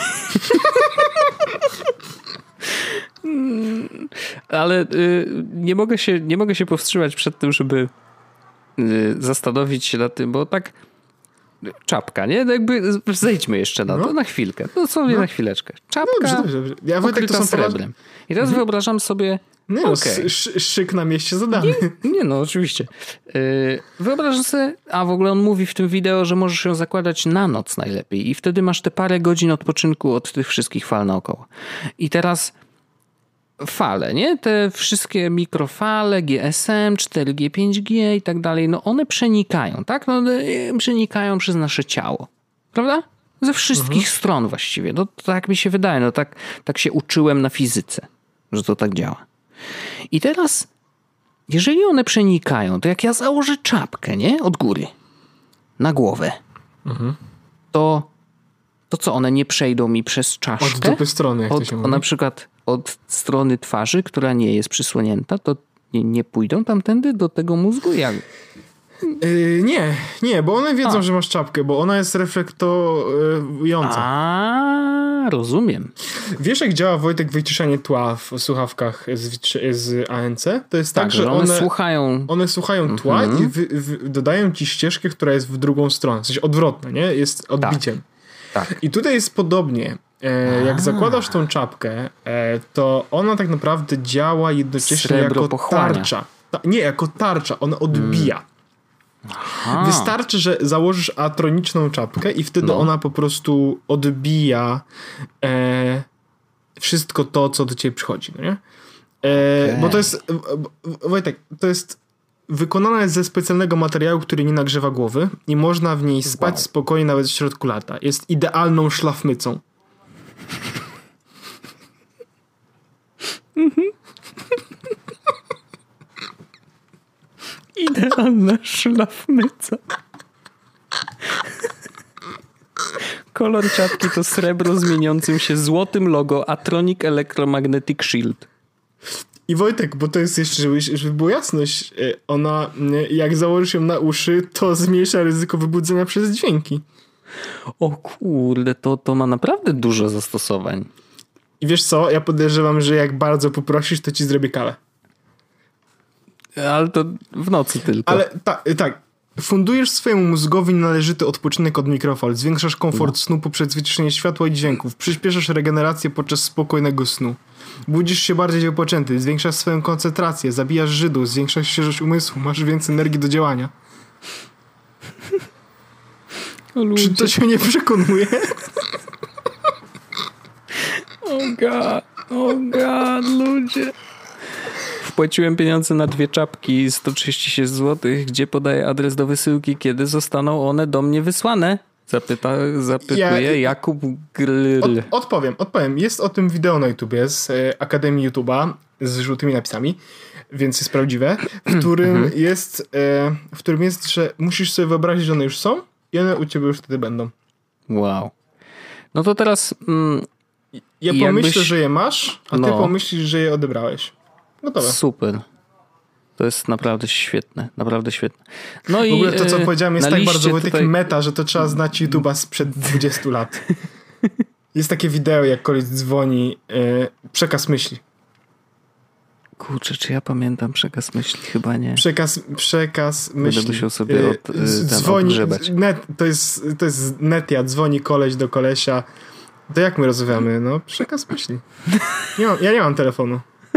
Ale y, nie mogę się, nie mogę się powstrzymać przed tym, żeby y, zastanowić się nad tym, bo tak czapka, nie? No jakby zejdźmy jeszcze na to, No. na chwilkę. No co nie No. na chwileczkę. Czapka Dobrze, dobrze, dobrze. Ja Wojtek, to pokryta są poważne. srebrem. I teraz wyobrażam sobie Nie no, okej. sz- szyk na mieście zadany. Nie no, oczywiście. Yy, wyobrażam sobie, a w ogóle on mówi w tym wideo, że możesz ją zakładać na noc najlepiej i wtedy masz te parę godzin odpoczynku od tych wszystkich fal naokoło. I teraz fale, nie? Te wszystkie mikrofale, G S M, cztery G, pięć G i tak dalej, no one przenikają, tak? No one przenikają przez nasze ciało. Prawda? Ze wszystkich stron właściwie. No to tak mi się wydaje. No tak, tak się uczyłem na fizyce, że to tak działa. I teraz, jeżeli one przenikają, to jak ja założę czapkę, nie? Od góry na głowę, Mhm. to, to co, one nie przejdą mi przez Od czaszkę? dupy strony, jak to Od, się o, mówi. na przykład od strony twarzy, która nie jest przysłonięta, to nie, nie pójdą tamtędy do tego mózgu? Jak? Yy, nie, nie, bo one wiedzą, A. że masz czapkę, bo ona jest reflektująca. A, rozumiem. Wiesz, jak działa, Wojtek, wyciszanie tła w słuchawkach z, z A N C? To jest tak, Tak, że one, one słuchają. one słuchają tła Mhm. i wy, wy, dodają ci ścieżkę, która jest w drugą stronę. W sensie odwrotna, nie? Jest odbiciem. Tak. I tutaj jest podobnie. E, jak A. zakładasz tą czapkę, e, to ona tak naprawdę działa jednocześnie Srebro jako pochłania. tarcza. Ta, nie, jako tarcza. Ona odbija. A. Wystarczy, że założysz atroniczną czapkę i wtedy No. ona po prostu odbija e, wszystko to, co do ciebie przychodzi, no nie? E, Okej. Bo to jest, Wojtek, to jest wykonana jest ze specjalnego materiału, który nie nagrzewa głowy i można w niej spać Wow. spokojnie nawet w środku lata. Jest idealną szlafmycą. Idealna szlafmyca. Kolor czapki to srebro zmieniącym się złotym logo Atronic Electromagnetic Shield. I Wojtek, bo to jest jeszcze, żeby, żeby było jasność, e, ona, e, jak założysz ją na uszy, to zmniejsza ryzyko wybudzenia przez dźwięki. O kurde, to, to ma naprawdę dużo zastosowań. I wiesz co, ja podejrzewam, że jak bardzo poprosisz, to ci zrobię kawę. Ale to w nocy tylko. Ale tak, tak. Fundujesz swojemu mózgowi należyty odpoczynek od mikrofal, zwiększasz komfort snu poprzez wyciszenie światła i dźwięków, przyspieszasz regenerację podczas spokojnego snu. Budzisz się bardziej wypoczęty, zwiększasz swoją koncentrację, zabijasz Żydów, zwiększasz świeżość umysłu, masz więcej energii do działania. O ludzie. Czy to się nie przekonuje? O god, o god, ludzie. Wpłaciłem pieniądze na dwie czapki, sto trzydzieści sześć złotych, gdzie podaję adres do wysyłki, kiedy zostaną one do mnie wysłane? Zapyta, zapytuje Ja- Jakub Grill. Od, odpowiem, odpowiem. Jest o tym wideo na YouTubie z e, Akademii YouTube'a z żółtymi napisami, więc jest prawdziwe, w którym jest, e, w którym jest, że musisz sobie wyobrazić, że one już są i one u ciebie już wtedy będą. Wow. No to teraz... Mm, Ja I pomyślę, jakbyś- że je masz, a ty No. pomyślisz, że je odebrałeś. Gotowe. super. To jest naprawdę świetne, naprawdę świetne. No i W ogóle to, co e, powiedziałem, jest na tak liście bardzo Wojtek tutaj- meta, że to trzeba znać YouTube'a sprzed dwudziestu lat. Jest takie wideo, jak koleś dzwoni, e, przekaz myśli. Kurczę, czy ja pamiętam przekaz myśli? Chyba nie. Przekaz, przekaz myśli. musiał sobie od- E, y, z- ten dzwoni, odgrzebać. net, to jest, to jest netia, dzwoni koleś do kolesia. To jak my rozmawiamy? No, przekaz myśli. Nie mam, ja nie mam telefonu.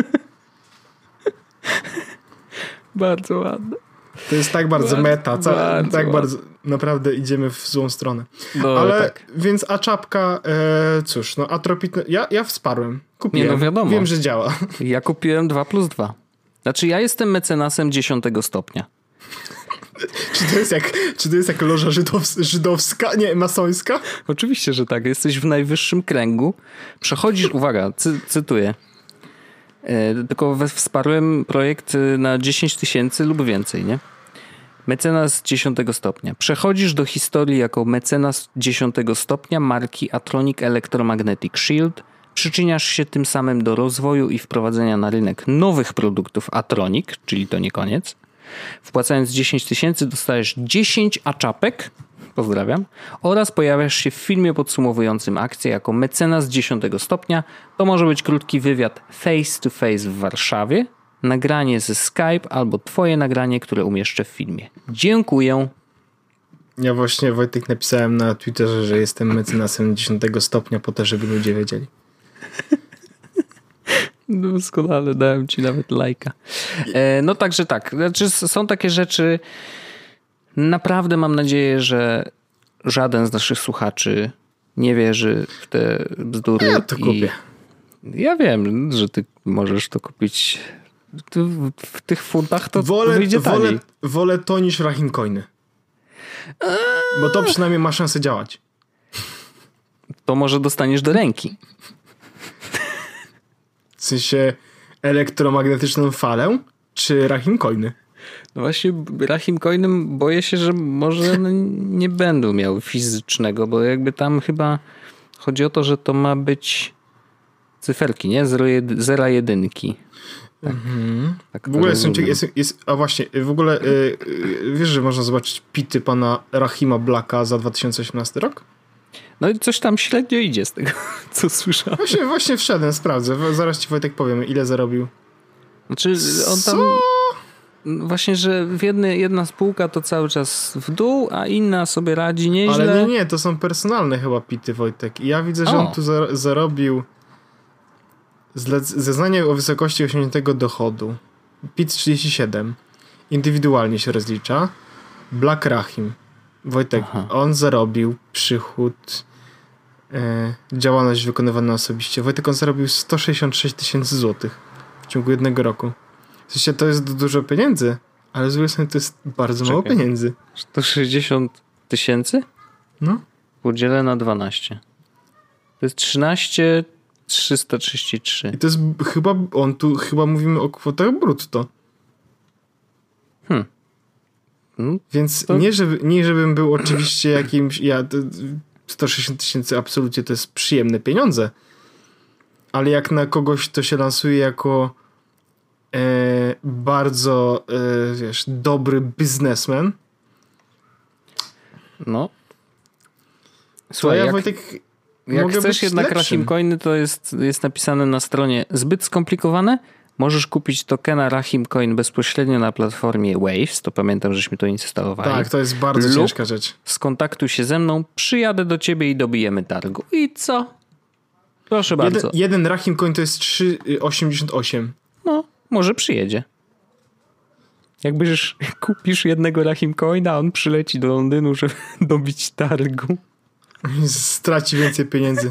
Bardzo ładne. To jest tak bardzo Bardzo, meta, ca- bardzo tak ładnie. bardzo, naprawdę idziemy w złą stronę. No, Ale, tak. więc a czapka, e, cóż, no atropitne, ja, ja wsparłem, kupiłem, Nie, no wiadomo. wiem, że działa. Ja kupiłem dwa plus dwa. Znaczy ja jestem mecenasem dziesiątego stopnia. Czy to jest jak, czy to jest jak loża żydows- żydowska, nie, masońska? Oczywiście, że tak. Jesteś w najwyższym kręgu. Przechodzisz, uwaga, cy, cytuję. E, tylko we- wsparłem projekt e, na dziesięć tysięcy lub więcej, nie? Mecenas dziesiątego stopnia. Przechodzisz do historii jako mecenas dziesiątego stopnia marki Atronic Electromagnetic Shield. Przyczyniasz się tym samym do rozwoju i wprowadzenia na rynek nowych produktów Atronic, czyli to nie koniec. Wpłacając dziesięć tysięcy dostajesz dziesięć aczapek, pozdrawiam, oraz pojawiasz się w filmie podsumowującym akcję jako mecenas dziesiątego stopnia. To może być krótki wywiad face to face w Warszawie, nagranie ze Skype albo twoje nagranie, które umieszczę w filmie. Dziękuję. Ja właśnie, Wojtek, napisałem na Twitterze, że jestem mecenasem dziesiątego stopnia po to, żeby ludzie wiedzieli. Doskonale, dałem ci nawet lajka. E, no także tak, znaczy są takie rzeczy, naprawdę mam nadzieję, że żaden z naszych słuchaczy nie wierzy w te bzdury. Ja to i kupię. Ja wiem, że ty możesz to kupić tu w, w tych funtach, to Wolę, wyjdzie taniej. wolę, wolę to niż Rahim Coiny. Bo to przynajmniej ma szansę działać. To może dostaniesz do ręki. W sensie elektromagnetyczną falę, czy Rahim Coiny? No właśnie Rahim Coinem boję się, że może no nie będą miały fizycznego, bo jakby tam chyba chodzi o to, że to ma być cyferki, nie? Zero, jed, zera jedynki. Tak. Mhm. Tak w ogóle jest, jest, jest, a właśnie, w ogóle y, y, wiesz, że można zobaczyć pity pana Rahima Blacka za dwa tysiące osiemnasty rok? No i coś tam średnio idzie z tego, co słyszałem. Właśnie, właśnie wszedłem, sprawdzę. Zaraz ci Wojtek powiem, ile zarobił. Znaczy on tam... Co? Właśnie, że w jedny, jedna spółka to cały czas w dół, a inna sobie radzi nieźle. Ale nie, nie, to są personalne chyba pity, Wojtek. I ja widzę, że o. on tu za, zarobił zle, zeznanie o wysokości osiągniętego dochodu. P I T trzydzieści siedem. Indywidualnie się rozlicza. Black Rahim. Wojtek, Aha. on zarobił przychód, e, działalność wykonywana osobiście. Wojtek, on zarobił sto sześćdziesiąt sześć tysięcy złotych w ciągu jednego roku. W sensie to jest dużo pieniędzy, ale z drugiej strony to jest bardzo Czekaj. mało pieniędzy. sto sześćdziesiąt tysięcy? No. Podzielę na dwanaście. To jest trzynaście tysięcy trzysta trzydzieści trzy. I to jest chyba, on tu chyba mówimy o kwotach brutto. Hmm. No, Więc to... nie, żeby, nie żebym był oczywiście jakimś, ja sto sześćdziesiąt tysięcy absolutnie to jest przyjemne pieniądze, ale jak na kogoś to się lansuje jako e, bardzo e, wiesz, dobry biznesmen. No. Słuchaj, ja jak, Wojtek, jak chcesz jednak Rahim Coiny, to jest, jest napisane na stronie zbyt skomplikowane. Możesz kupić tokena Rahim Coin bezpośrednio na platformie Waves. To pamiętam, żeśmy to instalowali. Tak, to jest bardzo Lub ciężka rzecz. Skontaktuj się ze mną, przyjadę do ciebie i dobijemy targu. I co? Proszę jeden, bardzo. Jeden Rahim Coin to jest trzy osiemdziesiąt osiem. No, może przyjedzie. Jakbyś kupisz jednego Rahim Coina, on przyleci do Londynu, żeby dobić targu. Straci więcej pieniędzy.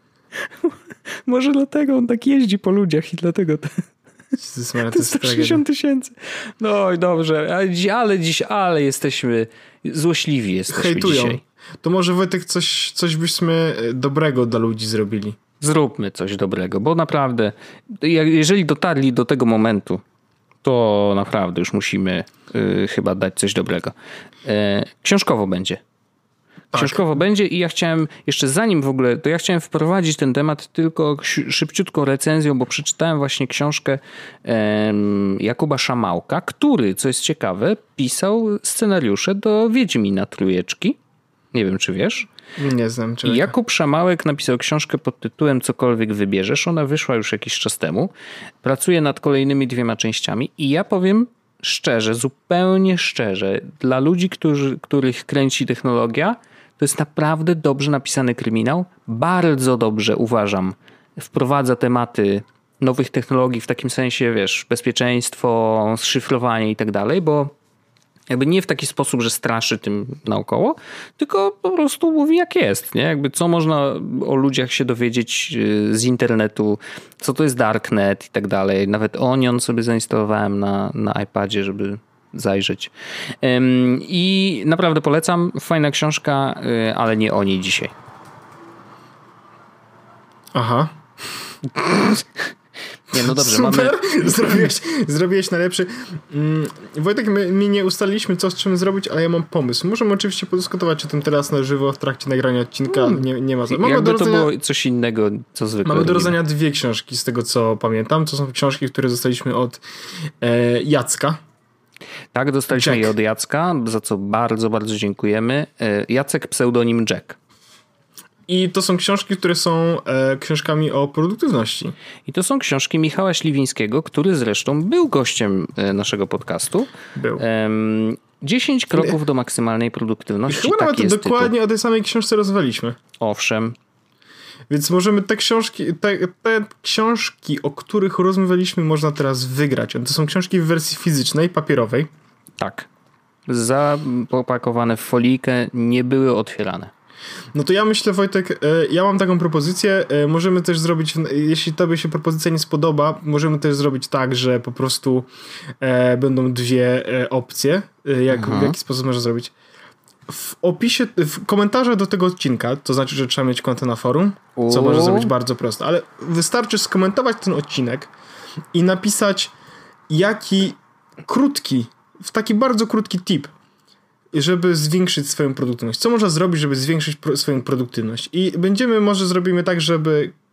Może dlatego on tak jeździ po ludziach i dlatego to, Maria, to jest sto sześćdziesiąt tysięcy. No i dobrze, ale dziś, ale jesteśmy złośliwi jesteśmy Hejtują. dzisiaj. To może Wojtek coś, coś byśmy dobrego dla ludzi zrobili. Zróbmy coś dobrego, bo naprawdę jeżeli dotarli do tego momentu, to naprawdę już musimy y, chyba dać coś dobrego. Y, książkowo będzie. Książkowo tak. będzie i ja chciałem, jeszcze zanim w ogóle, to ja chciałem wprowadzić ten temat tylko szybciutką recenzją, bo przeczytałem właśnie książkę um, Jakuba Szamałka, który, co jest ciekawe, pisał scenariusze do Wiedźmina Trójeczki. Nie wiem, czy wiesz. Nie znam. I Jakub Szamałek napisał książkę pod tytułem Cokolwiek wybierzesz. Ona wyszła już jakiś czas temu. Pracuje nad kolejnymi dwiema częściami i ja powiem szczerze, zupełnie szczerze, dla ludzi, którzy, których kręci technologia, to jest naprawdę dobrze napisany kryminał. Bardzo dobrze, uważam, wprowadza tematy nowych technologii w takim sensie, wiesz, bezpieczeństwo, szyfrowanie i tak dalej, bo jakby nie w taki sposób, że straszy tym naokoło, tylko po prostu mówi jak jest, nie? Jakby co można o ludziach się dowiedzieć z internetu, co to jest darknet i tak dalej. Nawet Onion sobie zainstalowałem na, na iPadzie, żeby zajrzeć. I naprawdę polecam. Fajna książka, ale nie o niej dzisiaj. Aha. Nie, no dobrze, super. mamy... Zrobiłeś, zrobiłeś najlepszy. Mm, Wojtek, my, my nie ustaliliśmy, co z czym zrobić, ale ja mam pomysł. Możemy oczywiście podyskutować o tym teraz na żywo w trakcie nagrania odcinka. Mm. Nie, nie ma co. Mamy Jakby do to było coś innego, co zwykle. Mamy do rozdania dwie książki, z tego co pamiętam. To są książki, które dostaliśmy od e, Jacka. Tak, dostaliśmy Jack. je od Jacka, za co bardzo, bardzo dziękujemy. Jacek, pseudonim Jack. I to są książki, które są e, książkami o produktywności. I to są książki Michała Śliwińskiego, który zresztą był gościem e, naszego podcastu. Był. Ehm, dziesięć kroków do maksymalnej produktywności. I chyba tak nawet jest dokładnie tytuł. O tej samej książce rozmawialiśmy. Owszem. Więc możemy te książki, te, te książki, o których rozmawialiśmy, można teraz wygrać. To są książki w wersji fizycznej, papierowej. Tak. Zapakowane w folijkę, nie były otwierane. No to ja myślę, Wojtek, ja mam taką propozycję, możemy też zrobić, jeśli tobie się propozycja nie spodoba, możemy też zrobić tak, że po prostu e, będą dwie e, opcje, jak, w jaki sposób można zrobić. W opisie, w komentarze do tego odcinka, to znaczy, że trzeba mieć konto na forum, co może zrobić bardzo prosto, ale wystarczy skomentować ten odcinek i napisać jaki krótki, w taki bardzo krótki tip, żeby zwiększyć swoją produktywność. Co można zrobić, żeby zwiększyć pro, swoją produktywność? I będziemy, może zrobimy tak, żeby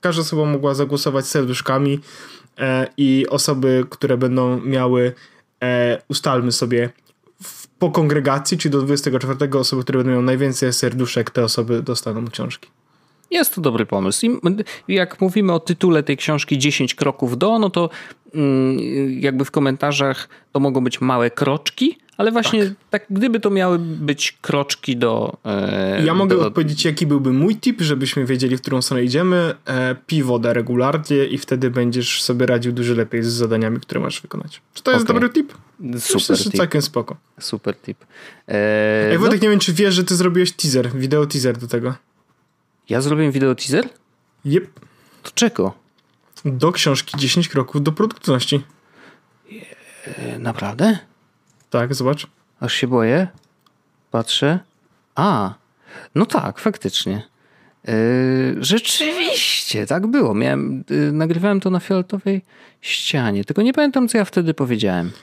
każda osoba mogła zagłosować serduszkami e, i osoby, które będą miały, e, ustalmy sobie, w, po kongregacji, czyli do dwudziestego czwartego osoby, które będą miały najwięcej serduszek, te osoby dostaną książki. Jest to dobry pomysł. I jak mówimy o tytule tej książki dziesięć kroków do, no to jakby w komentarzach to mogą być małe kroczki, ale właśnie tak, tak gdyby to miały być kroczki do... E, ja mogę do... odpowiedzieć, jaki byłby mój tip, żebyśmy wiedzieli, w którą stronę idziemy. E, pij wodę regularnie i wtedy będziesz sobie radził dużo lepiej z zadaniami, które masz wykonać. Czy to jest okay. dobry tip? Super Myślę, że tip. całkiem spoko. Super tip. E, Ej, Wojtek, no... nie wiem, czy wiesz, że ty zrobiłeś teaser, wideo teaser do tego. Ja zrobiłem wideo teaser? Jep. To czego? Do książki dziesięć kroków do produktywności. E, naprawdę? Tak, zobacz. Aż się boję. Patrzę. A, no tak, faktycznie. Yy, rzeczywiście, tak było. Miałem, yy, nagrywałem to na fioletowej ścianie. Tylko nie pamiętam, co ja wtedy powiedziałem.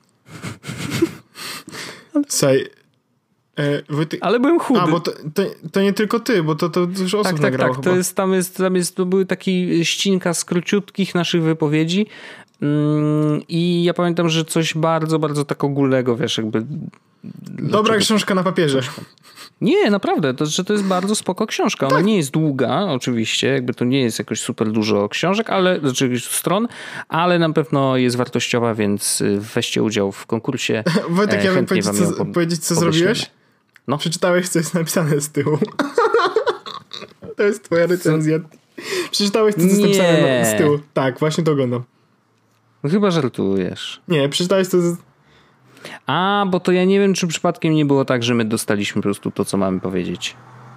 Słuchaj, e, Wojtek... Ale byłem chudy. A, bo to, to, to nie tylko ty, bo to, to dużo osób tak, nagrało tak, tak. chyba. To jest, tam jest, tam jest, to były taki ścinka z króciutkich naszych wypowiedzi. I ja pamiętam, że coś bardzo, bardzo tak ogólnego, wiesz, jakby... Dobra dlaczego... książka na papierze. Nie, naprawdę, to, że to jest bardzo spoko książka. Ona tak. nie jest długa, oczywiście, jakby to nie jest jakoś super dużo książek, ale, znaczy stron, ale na pewno jest wartościowa, więc weźcie udział w konkursie. Wojtek, ja bym powiedzieć, co, po, powiedzieć, co zrobiłeś? No. Przeczytałeś, co jest napisane z tyłu. To jest twoja recenzja. Przeczytałeś, co jest nie. napisane z tyłu. Tak, właśnie to oglądam. No chyba żartujesz. Nie, przeczytałeś to... Z... A, bo to ja nie wiem, czy przypadkiem nie było tak, że my dostaliśmy po prostu to, co mamy powiedzieć.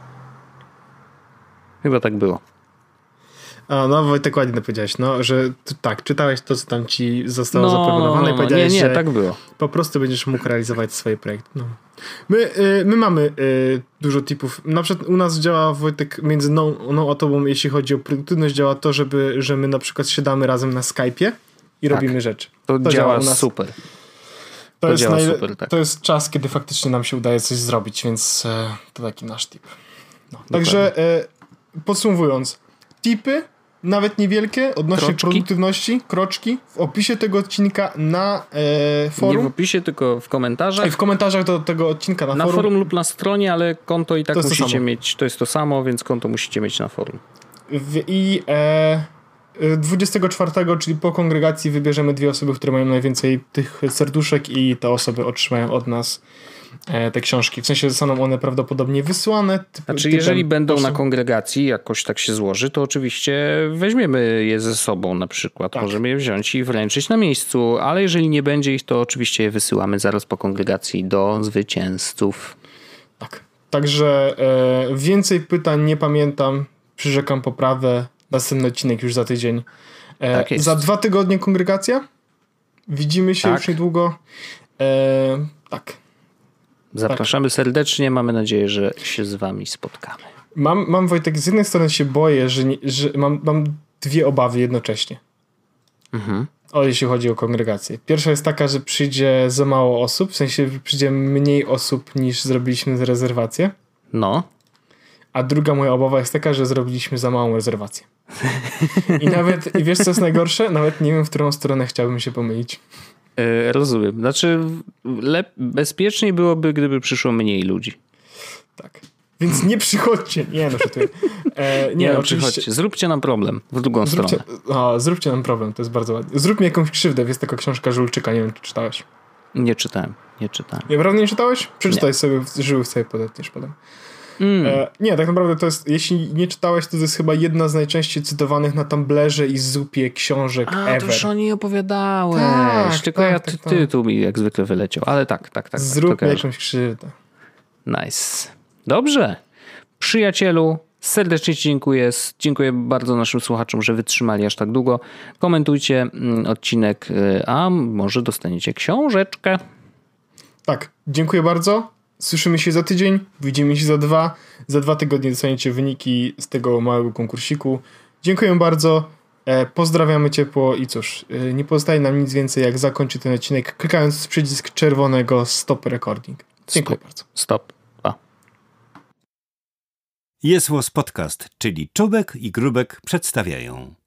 Chyba tak było. A, no Wojtek, ładnie powiedziałeś, no, że t- tak, czytałeś to, co tam ci zostało no, zaproponowane no, i powiedziałeś, nie, nie, że tak było. Po prostu będziesz mógł realizować swoje projekty. No. My, y, my mamy y, dużo tipów. Na przykład u nas działa, Wojtek, między mną no, a tobą, jeśli chodzi o produktywność, działa to, żeby, że my na przykład siadamy razem na Skype'ie i tak, robimy rzeczy. To, to działa, działa super. To, to jest działa najle- super, tak. To jest czas, kiedy faktycznie nam się udaje coś zrobić, więc e, to taki nasz tip. No. Także e, podsumowując, tipy nawet niewielkie odnośnie kroczki. Produktywności, kroczki w opisie tego odcinka na e, forum. Nie w opisie, tylko w komentarzach. I w komentarzach do tego odcinka na, na forum. Na forum lub na stronie, ale konto i tak to musicie mieć, to jest to samo, więc konto musicie mieć na forum. W, I e, dwudziestego czwartego, czyli po kongregacji, wybierzemy dwie osoby, które mają najwięcej tych serduszek i te osoby otrzymają od nas e, te książki. W sensie zostaną one prawdopodobnie wysłane. Typ, znaczy, typem, jeżeli będą proszę. na kongregacji, jakoś tak się złoży, to oczywiście weźmiemy je ze sobą na przykład. Tak. Możemy je wziąć i wręczyć na miejscu, ale jeżeli nie będzie ich, to oczywiście je wysyłamy zaraz po kongregacji do zwycięzców. Tak. Także e, więcej pytań nie pamiętam. Przyrzekam poprawę. Następny odcinek już za tydzień. E, tak jest. Za dwa tygodnie kongregacja. Widzimy się tak. już niedługo. E, tak. Zapraszamy tak. serdecznie. Mamy nadzieję, że się z wami spotkamy. Mam, mam Wojtek, z jednej strony się boję, że, nie, że mam, mam dwie obawy jednocześnie. Mhm. O, jeśli chodzi o kongregację. Pierwsza jest taka, że przyjdzie za mało osób. W sensie przyjdzie mniej osób niż zrobiliśmy rezerwację. No. A druga moja obawa jest taka, że zrobiliśmy za małą rezerwację. I nawet, i wiesz co jest najgorsze? Nawet nie wiem, w którą stronę chciałbym się pomylić. Yy, rozumiem. Znaczy lep- bezpieczniej byłoby, gdyby przyszło mniej ludzi. Tak. Więc nie przychodźcie. Nie no, że e, Nie, nie no, oczywiście. Przychodźcie. Zróbcie nam problem w drugą zróbcie, stronę. O, zróbcie nam problem, to jest bardzo ładne. Zrób mi jakąś krzywdę. Jest taka książka Żulczyka, nie wiem, czy czytałeś. Nie czytałem, nie czytałem. Naprawdę nie czytałeś? Przeczytaj nie. sobie, żyły sobie podetniesz potem. Mm. E, nie, tak naprawdę to jest, jeśli nie czytałeś, to, to jest chyba jedna z najczęściej cytowanych na Tumblerze i Zupie książek A, ever. to już o niej opowiadałeś. Tak, Tylko tak, ja tak, ty, tytuł mi jak zwykle wyleciał, ale tak, tak, tak. Zrób tak, jakąś krzywdę. Nice. Dobrze. Przyjacielu, serdecznie ci dziękuję. Dziękuję bardzo naszym słuchaczom, że wytrzymali aż tak długo. Komentujcie odcinek, a może dostaniecie książeczkę. Tak, dziękuję bardzo. Słyszymy się za tydzień, widzimy się za dwa. Za dwa tygodnie dostaniecie wyniki z tego małego konkursiku. Dziękuję bardzo. E, pozdrawiamy ciepło i cóż, e, nie pozostaje nam nic więcej jak zakończyć ten odcinek, klikając w przycisk czerwonego Stop Recording. Dziękuję Stop. bardzo. Stop. Jest Podcast, czyli Czubek i Grubek przedstawiają.